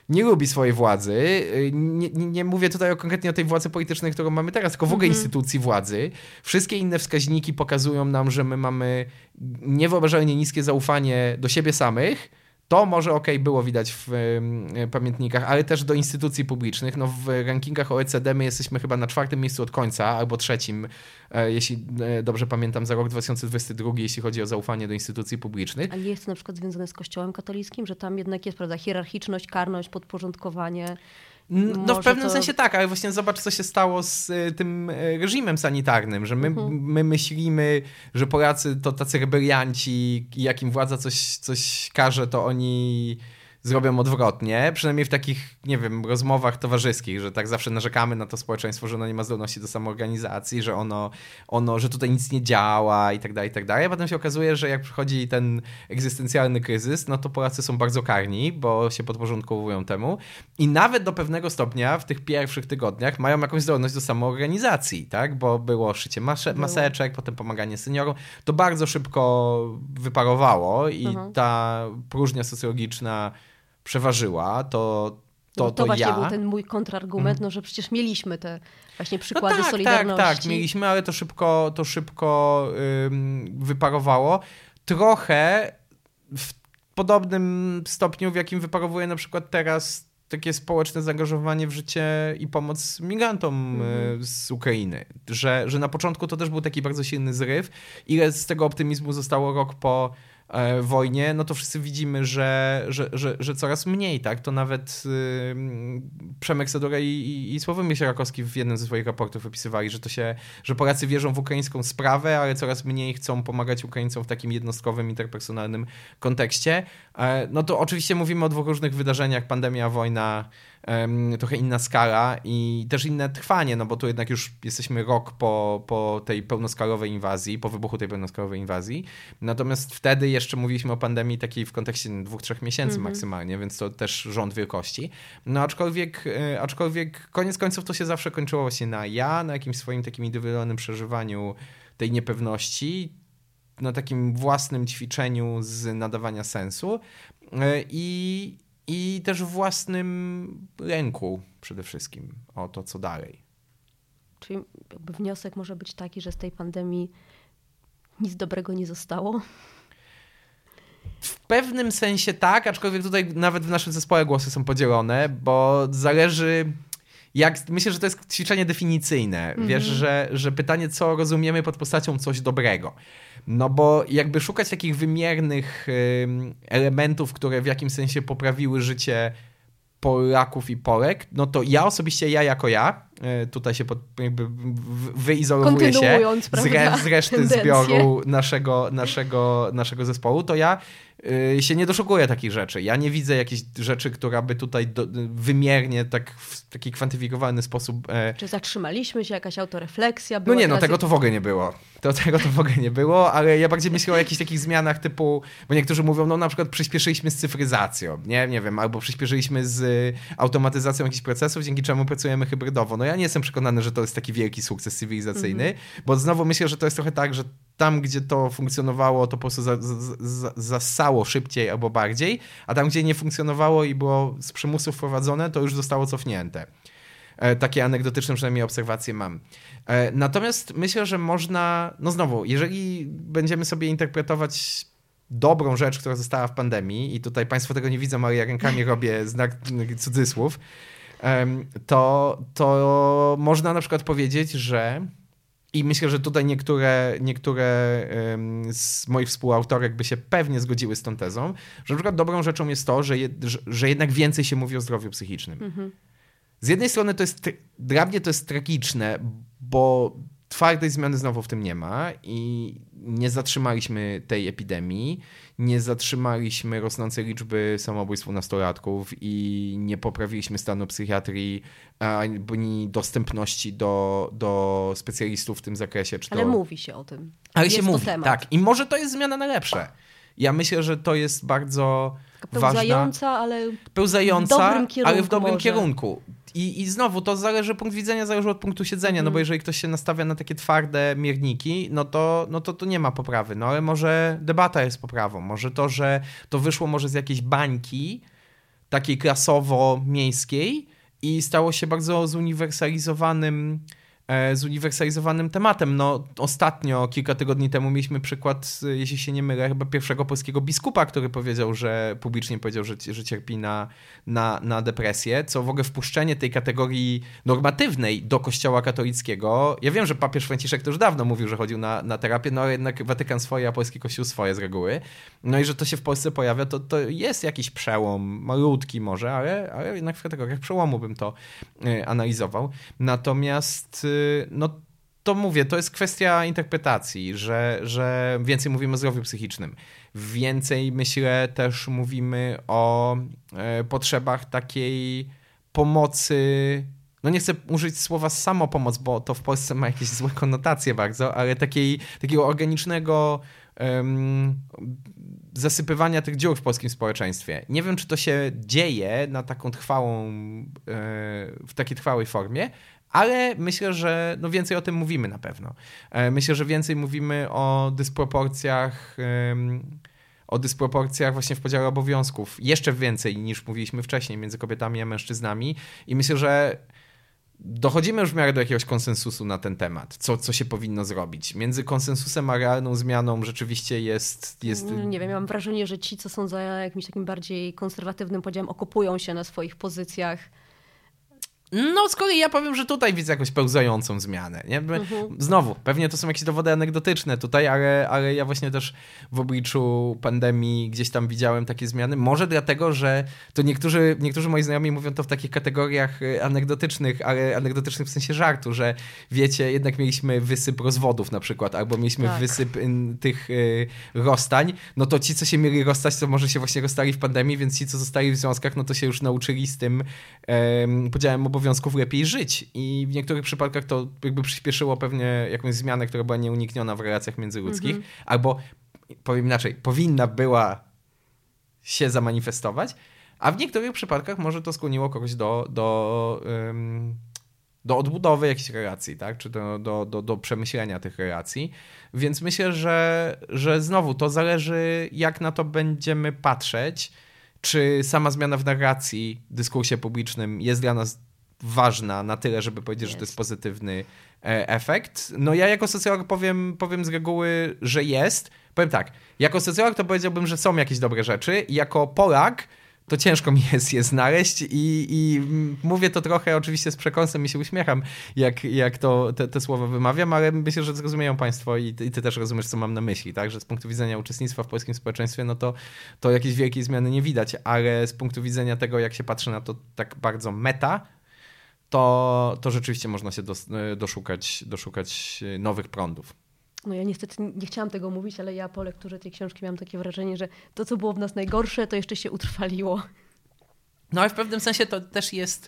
nie lubi swojej władzy. Nie, nie, nie mówię tutaj o, konkretnie o tej władzy politycznej, którą mamy teraz, tylko w ogóle mm-hmm. instytucji władzy. Wszystkie inne wskaźniki pokazują nam, że my mamy niewyobrażalnie niskie zaufanie do siebie samych. To może okej, okay, było widać w y, pamiętnikach, ale też do instytucji publicznych. No, w rankingach O E C D my jesteśmy chyba na czwartym miejscu od końca, albo trzecim, e, jeśli e, dobrze pamiętam, za rok dwa tysiące dwudziesty drugi, jeśli chodzi o zaufanie do instytucji publicznych. A nie jest to na przykład związane z Kościołem katolickim, że tam jednak jest, prawda, hierarchiczność, karność, podporządkowanie? No Może w pewnym to... sensie tak, ale właśnie zobacz, co się stało z y, tym reżimem sanitarnym, że my, uh-huh. my myślimy, że Polacy to tacy rebelianci i jak im władza coś, coś każe, to oni zrobią odwrotnie, przynajmniej w takich, nie wiem, rozmowach towarzyskich, że tak zawsze narzekamy na to społeczeństwo, że ono nie ma zdolności do samoorganizacji, że ono, ono że tutaj nic nie działa i tak dalej, i tak dalej. A potem się okazuje, że jak przychodzi ten egzystencjalny kryzys, no to Polacy są bardzo karni, bo się podporządkowują temu i nawet do pewnego stopnia w tych pierwszych tygodniach mają jakąś zdolność do samoorganizacji, tak? Bo było szycie masze- maseczek, było. Potem pomaganie seniorom. To bardzo szybko wyparowało i uh-huh. ta próżnia socjologiczna przeważyła, to to, no to, to właśnie ja. był ten mój kontrargument, no że przecież mieliśmy te właśnie przykłady no tak, solidarności. Tak, tak, mieliśmy, ale to szybko, to szybko ym, wyparowało. Trochę w podobnym stopniu, w jakim wyparowuje na przykład teraz takie społeczne zaangażowanie w życie i pomoc migrantom mm. z Ukrainy. Że, że na początku to też był taki bardzo silny zryw. Ile z tego optymizmu zostało rok po wojnie, no to wszyscy widzimy, że, że, że, że coraz mniej, tak? To nawet yy, Przemek Sadura i, i, i Sławomir Sierakowski w jednym ze swoich raportów opisywali, że to się, że Polacy wierzą w ukraińską sprawę, ale coraz mniej chcą pomagać Ukraińcom w takim jednostkowym, interpersonalnym kontekście. E, no to oczywiście mówimy o dwóch różnych wydarzeniach, pandemia, wojna, Um, trochę inna skala i też inne trwanie, no bo tu jednak już jesteśmy rok po, po tej pełnoskalowej inwazji, po wybuchu tej pełnoskalowej inwazji. Natomiast wtedy jeszcze mówiliśmy o pandemii takiej w kontekście dwóch, trzech miesięcy mm-hmm. maksymalnie, więc to też rząd wielkości. No aczkolwiek, e, aczkolwiek koniec końców to się zawsze kończyło właśnie na ja, na jakimś swoim takim indywidualnym przeżywaniu tej niepewności, na takim własnym ćwiczeniu z nadawania sensu e, i I też w własnym lęku przede wszystkim o to, co dalej. Czyli jakby wniosek może być taki, że z tej pandemii nic dobrego nie zostało? W pewnym sensie tak, aczkolwiek tutaj nawet w naszym zespole głosy są podzielone, bo zależy... Jak, myślę, że to jest ćwiczenie definicyjne. Mm-hmm. Wiesz, że, że pytanie, co rozumiemy pod postacią coś dobrego. No bo jakby szukać takich wymiernych y, elementów, które w jakimś sensie poprawiły życie Polaków i Polek, no to ja osobiście, ja jako ja, y, tutaj się pod, jakby wyizolowuję się z, re, z reszty tendencje. zbioru naszego, naszego, naszego zespołu, to ja y, się nie doszukuję takich rzeczy. Ja nie widzę jakiejś rzeczy, która by tutaj do, wymiernie, tak w taki kwantyfikowany sposób... E... Czy zatrzymaliśmy się, jakaś autorefleksja? No nie, no tego to w ogóle nie było. To, tego to w ogóle nie było, ale ja bardziej myślę o jakichś takich zmianach typu, bo niektórzy mówią, no na przykład przyspieszyliśmy z cyfryzacją, nie, nie wiem, albo przyspieszyliśmy z automatyzacją jakichś procesów, dzięki czemu pracujemy hybrydowo. No ja nie jestem przekonany, że to jest taki wielki sukces cywilizacyjny, mm-hmm. bo znowu myślę, że to jest trochę tak, że tam, gdzie to funkcjonowało, to po prostu za, za, zassało szybciej albo bardziej, a tam, gdzie nie funkcjonowało i było z przymusu wprowadzone, to już zostało cofnięte. E, takie anegdotyczne przynajmniej obserwacje mam. E, natomiast myślę, że można, no znowu, jeżeli będziemy sobie interpretować dobrą rzecz, która została w pandemii, i tutaj państwo tego nie widzą, ale ja rękami robię znak cudzysłów, e, to, to można na przykład powiedzieć, że i myślę, że tutaj niektóre, niektóre z moich współautorek by się pewnie zgodziły z tą tezą, że na przykład dobrą rzeczą jest to, że, je, że, że jednak więcej się mówi o zdrowiu psychicznym. Mhm. Z jednej strony to jest, dla mnie to jest tragiczne, bo twardej zmiany znowu w tym nie ma i nie zatrzymaliśmy tej epidemii, nie zatrzymaliśmy rosnącej liczby samobójstw u nastolatków i nie poprawiliśmy stanu psychiatrii ani dostępności do, do specjalistów w tym zakresie. Czy to... Ale mówi się o tym. Ale jest się mówi, temat. tak. I może to jest zmiana na lepsze. Ja myślę, że to jest bardzo pełzająca, ważna... ale pełzająca, w dobrym kierunku. Ale w dobrym może. kierunku. I, I znowu, to zależy, punkt widzenia zależy od punktu siedzenia, mm. no bo jeżeli ktoś się nastawia na takie twarde mierniki, no to, no to to nie ma poprawy. No ale może debata jest poprawą. Może to, że to wyszło może z jakiejś bańki, takiej klasowo-miejskiej i stało się bardzo zuniwersalizowanym zuniwersalizowanym tematem. No, ostatnio, kilka tygodni temu mieliśmy przykład, jeśli się nie mylę, chyba pierwszego polskiego biskupa, który powiedział, że publicznie powiedział, że, że cierpi na, na, na depresję, co w ogóle wpuszczenie tej kategorii normatywnej do kościoła katolickiego. Ja wiem, że papież Franciszek to już dawno mówił, że chodził na, na terapię, no jednak Watykan swoje, a polski kościół swoje z reguły. No i że to się w Polsce pojawia, to, to jest jakiś przełom, malutki może, ale, ale jednak w kategoriach przełomu bym to y, analizował. Natomiast no to mówię, to jest kwestia interpretacji, że, że więcej mówimy o zdrowiu psychicznym. Więcej, myślę, też mówimy o e, potrzebach takiej pomocy, no nie chcę użyć słowa samopomoc, bo to w Polsce ma jakieś złe konotacje bardzo, ale takiej, takiego organicznego um, zasypywania tych dziur w polskim społeczeństwie. Nie wiem, czy to się dzieje na taką trwałą, e, w takiej trwałej formie, ale myślę, że no więcej o tym mówimy na pewno. Myślę, że więcej mówimy o dysproporcjach, o dysproporcjach właśnie w podziale obowiązków. Jeszcze więcej niż mówiliśmy wcześniej między kobietami a mężczyznami. I myślę, że dochodzimy już w miarę do jakiegoś konsensusu na ten temat, co, co się powinno zrobić. Między konsensusem a realną zmianą rzeczywiście jest... jest... Nie wiem, ja mam wrażenie, że ci, co są za jakimś takim bardziej konserwatywnym podziałem, okopują się na swoich pozycjach. No z kolei ja powiem, że tutaj widzę jakąś pełzającą zmianę. Nie? Mhm. Znowu, pewnie to są jakieś dowody anegdotyczne tutaj, ale, ale ja właśnie też w obliczu pandemii gdzieś tam widziałem takie zmiany. Może dlatego, że to niektórzy, niektórzy moi znajomi mówią to w takich kategoriach anegdotycznych, ale anegdotycznych w sensie żartu, że wiecie, jednak mieliśmy wysyp rozwodów na przykład, albo mieliśmy tak. wysyp tych y, rozstań, no to ci, co się mieli rozstać, to może się właśnie rozstali w pandemii, więc ci, co zostali w związkach, no to się już nauczyli z tym y, podziałem obowiązków lepiej żyć i w niektórych przypadkach to jakby przyspieszyło pewnie jakąś zmianę, która była nieunikniona w relacjach międzyludzkich, mm-hmm. albo powiem inaczej, powinna była się zamanifestować, a w niektórych przypadkach może to skłoniło kogoś do, do, um, do odbudowy jakichś relacji, tak? Czy do, do, do, do przemyślenia tych relacji. Więc myślę, że, że znowu to zależy, jak na to będziemy patrzeć, czy sama zmiana w narracji, dyskursie publicznym jest dla nas ważna na tyle, żeby powiedzieć, jest. że to jest pozytywny efekt. No ja jako socjolog powiem, powiem z reguły, że jest. Powiem tak, jako socjolog to powiedziałbym, że są jakieś dobre rzeczy. Jako Polak to ciężko mi jest je znaleźć i, i mówię to trochę oczywiście z przekąsem i się uśmiecham, jak, jak to, te, te słowa wymawiam, ale myślę, że zrozumieją państwo i, i ty też rozumiesz, co mam na myśli, tak? Że z punktu widzenia uczestnictwa w polskim społeczeństwie, no to, to jakiejś wielkiej zmiany nie widać, ale z punktu widzenia tego, jak się patrzy na to tak bardzo meta, to, to rzeczywiście można się dos, doszukać, doszukać nowych prądów. No ja niestety nie chciałam tego mówić, ale ja po lekturze tej książki miałam takie wrażenie, że to, co było w nas najgorsze, to jeszcze się utrwaliło. No ale w pewnym sensie to też jest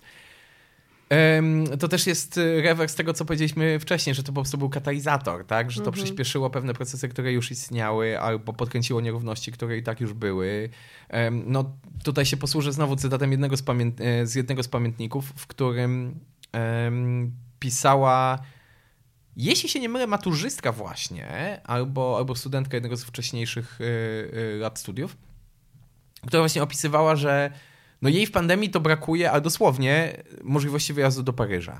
um, to też jest rewers tego, co powiedzieliśmy wcześniej, że to po prostu był katalizator, tak? Że to mhm. przyspieszyło pewne procesy, które już istniały, albo podkręciło nierówności, które i tak już były. Um, no tutaj się posłużę znowu cytatem jednego z, pamię- z jednego z pamiętników, w którym um, pisała, jeśli się nie mylę, maturzystka właśnie, albo, albo studentka jednego z wcześniejszych y, y, lat studiów, która właśnie opisywała, że no jej w pandemii to brakuje, ale dosłownie, możliwości wyjazdu do Paryża.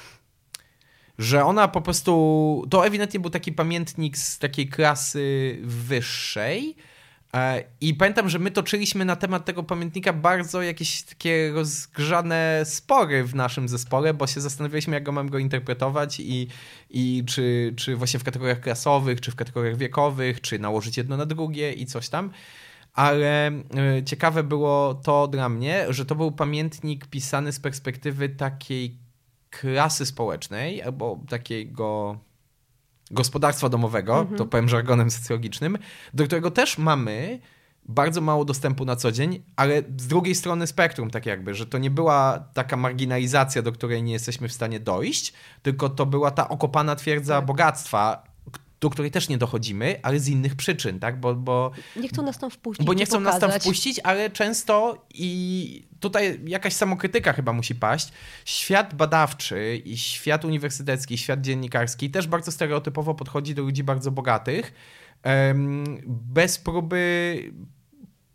Że ona po prostu, to ewidentnie był taki pamiętnik z takiej klasy wyższej, i pamiętam, że my toczyliśmy na temat tego pamiętnika bardzo jakieś takie rozgrzane spory w naszym zespole, bo się zastanawialiśmy, jak go mam go interpretować i, i czy, czy właśnie w kategoriach klasowych, czy w kategoriach wiekowych, czy nałożyć jedno na drugie i coś tam. Ale ciekawe było to dla mnie, że to był pamiętnik pisany z perspektywy takiej klasy społecznej albo takiego gospodarstwa domowego, mhm. to powiem żargonem socjologicznym, do którego też mamy bardzo mało dostępu na co dzień, ale z drugiej strony spektrum, tak jakby, że to nie była taka marginalizacja, do której nie jesteśmy w stanie dojść, tylko to była ta okopana twierdza tak. bogactwa, do której też nie dochodzimy, ale z innych przyczyn, tak? Bo, bo nie chcą nas tam wpuścić. Bo nie chcą pokazać. nas tam wpuścić, ale często i tutaj jakaś samokrytyka chyba musi paść. Świat badawczy i świat uniwersytecki, świat dziennikarski też bardzo stereotypowo podchodzi do ludzi bardzo bogatych, bez próby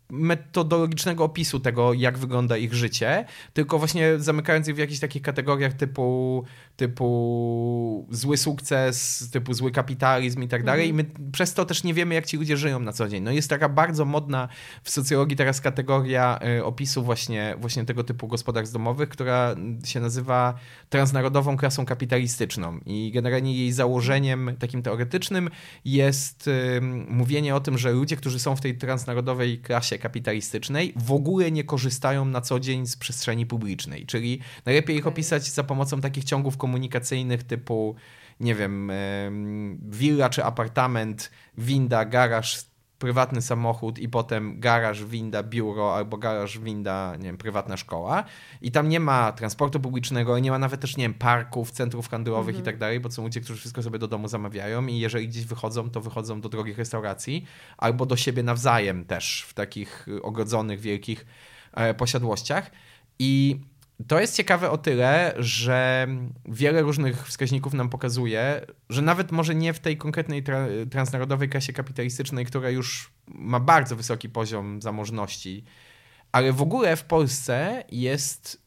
metodologicznego opisu tego, jak wygląda ich życie, tylko właśnie zamykając je w jakichś takich kategoriach typu, typu zły sukces, typu zły kapitalizm i tak dalej. I my przez to też nie wiemy, jak ci ludzie żyją na co dzień. No jest taka bardzo modna w socjologii teraz kategoria y, opisu właśnie, właśnie tego typu gospodarstw domowych, która się nazywa transnarodową klasą kapitalistyczną. I generalnie jej założeniem takim teoretycznym jest y, mówienie o tym, że ludzie, którzy są w tej transnarodowej klasie kapitalistycznej, w ogóle nie korzystają na co dzień z przestrzeni publicznej. Czyli najlepiej ich opisać za pomocą takich ciągów komunikacyjnych typu, nie wiem, willa czy apartament, winda, garaż, prywatny samochód i potem garaż, winda, biuro albo garaż, winda, nie wiem, prywatna szkoła. I tam nie ma transportu publicznego, nie ma nawet też, nie wiem, parków, centrów handlowych mhm. i tak dalej, bo są ludzie, którzy wszystko sobie do domu zamawiają i jeżeli gdzieś wychodzą, to wychodzą do drogich restauracji albo do siebie nawzajem też w takich ogrodzonych, wielkich e, posiadłościach. I to jest ciekawe o tyle, że wiele różnych wskaźników nam pokazuje, że nawet może nie w tej konkretnej tra- transnarodowej klasie kapitalistycznej, która już ma bardzo wysoki poziom zamożności, ale w ogóle w Polsce jest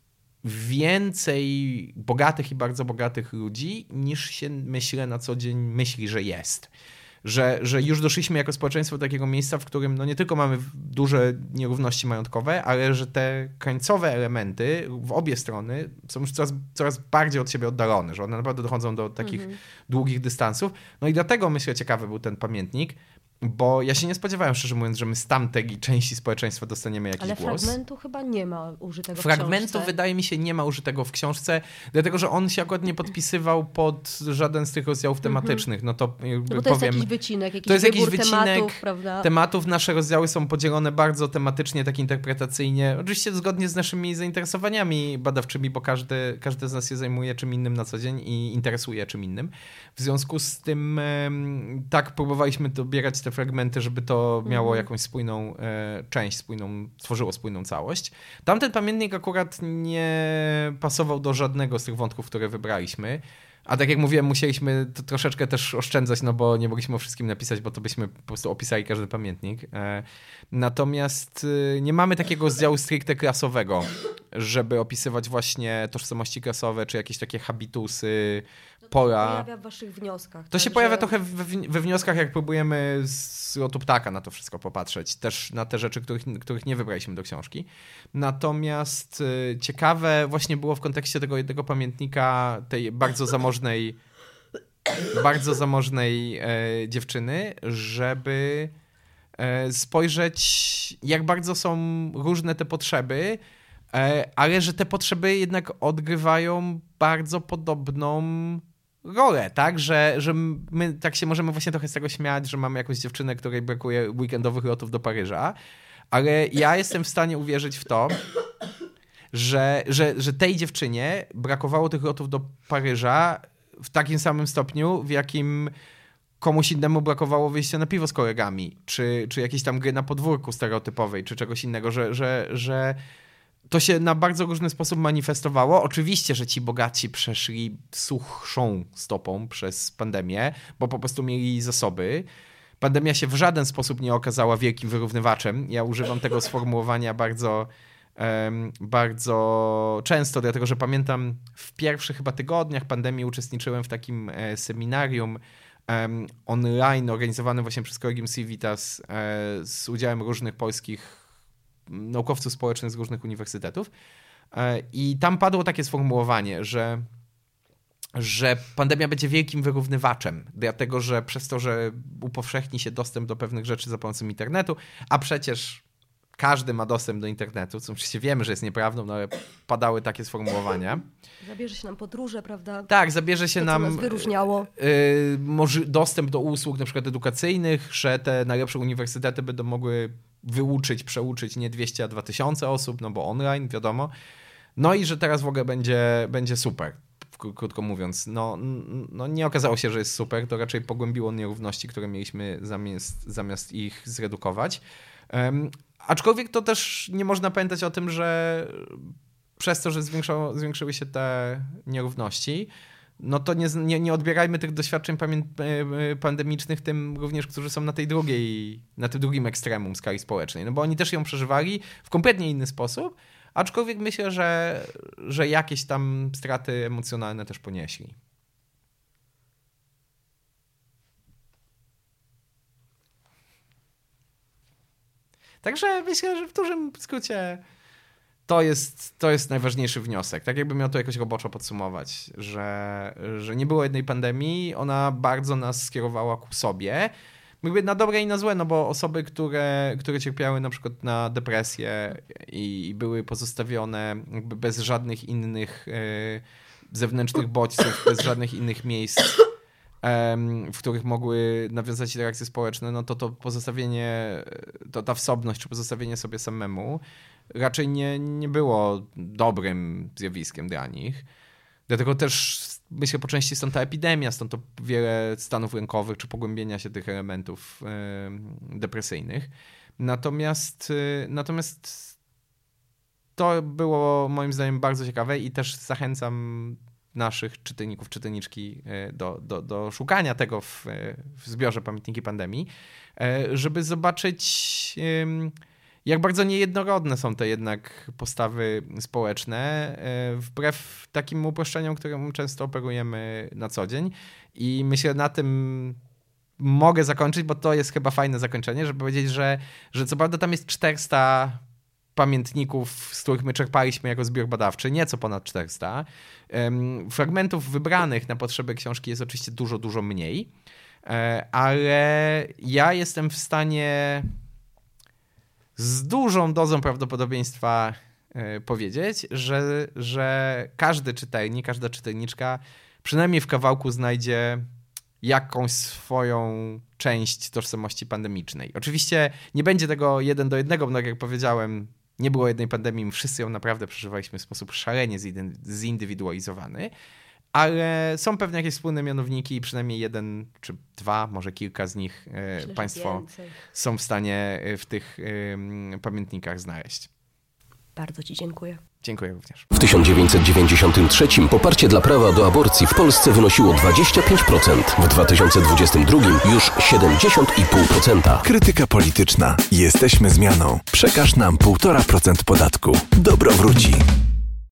więcej bogatych i bardzo bogatych ludzi, niż się myślę na co dzień myśli, że jest. Że, że już doszliśmy jako społeczeństwo do takiego miejsca, w którym no nie tylko mamy duże nierówności majątkowe, ale że te krańcowe elementy w obie strony są już coraz, coraz bardziej od siebie oddalone, że one naprawdę dochodzą do takich mhm. długich dystansów. No i dlatego myślę ciekawy był ten pamiętnik, bo ja się nie spodziewałem, szczerze mówiąc, że my z tamtej części społeczeństwa dostaniemy jakiś Ale głos. Ale fragmentu chyba nie ma użytego w Fragmentu książce. wydaje mi się nie ma użytego w książce, dlatego że on się akurat nie podpisywał pod żaden z tych rozdziałów tematycznych. No to jakby no bo to powiem, jest jakiś wycinek, jakiś to jest jakiś wycinek tematów, prawda? tematów. Nasze rozdziały są podzielone bardzo tematycznie, tak interpretacyjnie. Oczywiście zgodnie z naszymi zainteresowaniami badawczymi, bo każdy, każdy z nas się zajmuje czym innym na co dzień i interesuje czym innym. W związku z tym tak próbowaliśmy dobierać te fragmenty, żeby to miało mhm. jakąś spójną e, część, spójną, stworzyło spójną całość. Tamten pamiętnik akurat nie pasował do żadnego z tych wątków, które wybraliśmy. A tak jak mówiłem, musieliśmy to troszeczkę też oszczędzać, no bo nie mogliśmy o wszystkim napisać, bo to byśmy po prostu opisali każdy pamiętnik. E, natomiast e, nie mamy takiego rozdziału stricte klasowego, żeby opisywać właśnie tożsamości klasowe, czy jakieś takie habitusy, pola. To się pojawia w waszych wnioskach. To tak, się że... pojawia trochę we, we wnioskach, jak próbujemy z lotu ptaka na to wszystko popatrzeć. Też na te rzeczy, których, których nie wybraliśmy do książki. Natomiast y, ciekawe właśnie było w kontekście tego jednego pamiętnika, tej bardzo zamożnej bardzo zamożnej e, dziewczyny, żeby e, spojrzeć, jak bardzo są różne te potrzeby, e, ale że te potrzeby jednak odgrywają bardzo podobną rolę, tak? Że, że my tak się możemy właśnie trochę z tego śmiać, że mamy jakąś dziewczynę, której brakuje weekendowych lotów do Paryża, ale ja jestem w stanie uwierzyć w to, że, że, że tej dziewczynie brakowało tych lotów do Paryża w takim samym stopniu, w jakim komuś innemu brakowało wyjścia na piwo z kolegami, czy, czy jakiejś tam gry na podwórku stereotypowej, czy czegoś innego, że, że, że to się na bardzo różny sposób manifestowało. Oczywiście, że ci bogaci przeszli suchszą stopą przez pandemię, bo po prostu mieli zasoby. Pandemia się w żaden sposób nie okazała wielkim wyrównywaczem. Ja używam tego sformułowania bardzo, um, bardzo często, dlatego że pamiętam w pierwszych chyba tygodniach pandemii uczestniczyłem w takim e, seminarium um, online organizowanym właśnie przez Collegium Civitas e, z udziałem różnych polskich naukowców społecznych z różnych uniwersytetów. I tam padło takie sformułowanie, że, że pandemia będzie wielkim wyrównywaczem, dlatego że przez to, że upowszechni się dostęp do pewnych rzeczy za pomocą internetu, a przecież każdy ma dostęp do internetu, co oczywiście wiemy, że jest nieprawdą, no ale padały takie sformułowania. Zabierze się nam podróże, prawda? Tak, zabierze się to, nam nas wyróżniało. Yy, może dostęp do usług na przykład edukacyjnych, że te najlepsze uniwersytety będą mogły wyuczyć, przeuczyć nie dwieście, a dwa tysiące osób, no bo online, wiadomo. No i że teraz w ogóle będzie, będzie super, krótko mówiąc. No, no nie okazało się, że jest super, to raczej pogłębiło nierówności, które mieliśmy zamiast, zamiast ich zredukować. Um, aczkolwiek to też nie można pamiętać o tym, że przez to, że zwiększyły się te nierówności, no to nie, nie, nie odbierajmy tych doświadczeń pamię- pandemicznych tym również, którzy są na tej drugiej, na tym drugim ekstremum skali społecznej. No bo oni też ją przeżywali w kompletnie inny sposób, aczkolwiek myślę, że, że jakieś tam straty emocjonalne też ponieśli. Także myślę, że w dużym skrócie to jest, to jest najważniejszy wniosek. Tak jakbym miał to jakoś roboczo podsumować, że, że nie było jednej pandemii, ona bardzo nas skierowała ku sobie. Jakby na dobre i na złe, no bo osoby, które, które cierpiały na przykład na depresję i były pozostawione jakby bez żadnych innych yy, zewnętrznych bodźców, bez żadnych innych miejsc, w których mogły nawiązać interakcje społeczne, no to to pozostawienie, to ta wsobność, czy pozostawienie sobie samemu raczej nie, nie było dobrym zjawiskiem dla nich. Dlatego też myślę po części stąd ta epidemia, stąd to wiele stanów lękowych, czy pogłębienia się tych elementów yy, depresyjnych. Natomiast, yy, natomiast to było moim zdaniem bardzo ciekawe i też zachęcam naszych czytelników, czytelniczki do, do, do szukania tego w, w zbiorze Pamiętniki Pandemii, żeby zobaczyć, jak bardzo niejednorodne są te jednak postawy społeczne, wbrew takim uproszczeniom, którym często operujemy na co dzień. I myślę, na tym mogę zakończyć, bo to jest chyba fajne zakończenie, żeby powiedzieć, że, że co prawda tam jest czterysta pamiętników, z których my czerpaliśmy jako zbiór badawczy, nieco ponad czterysta. Fragmentów wybranych na potrzeby książki jest oczywiście dużo, dużo mniej, ale ja jestem w stanie z dużą dozą prawdopodobieństwa powiedzieć, że, że każdy czytelnik, każda czytelniczka przynajmniej w kawałku znajdzie jakąś swoją część tożsamości pandemicznej. Oczywiście nie będzie tego jeden do jednego, bo tak jak powiedziałem, nie było jednej pandemii, wszyscy ją naprawdę przeżywaliśmy w sposób szalenie zindywidualizowany, ale są pewne jakieś wspólne mianowniki i przynajmniej jeden czy dwa, może kilka z nich Myślę, państwo są w stanie w tych pamiętnikach znaleźć. Bardzo ci dziękuję. Dziękuję również. W tysiąc dziewięćset dziewięćdziesiątym trzecim poparcie dla prawa do aborcji w Polsce wynosiło dwadzieścia pięć procent. W dwa tysiące dwudziestym drugim już siedemdziesiąt przecinek pięć procent. Krytyka polityczna. Jesteśmy zmianą. Przekaż nam półtora procent podatku. Dobro wróci.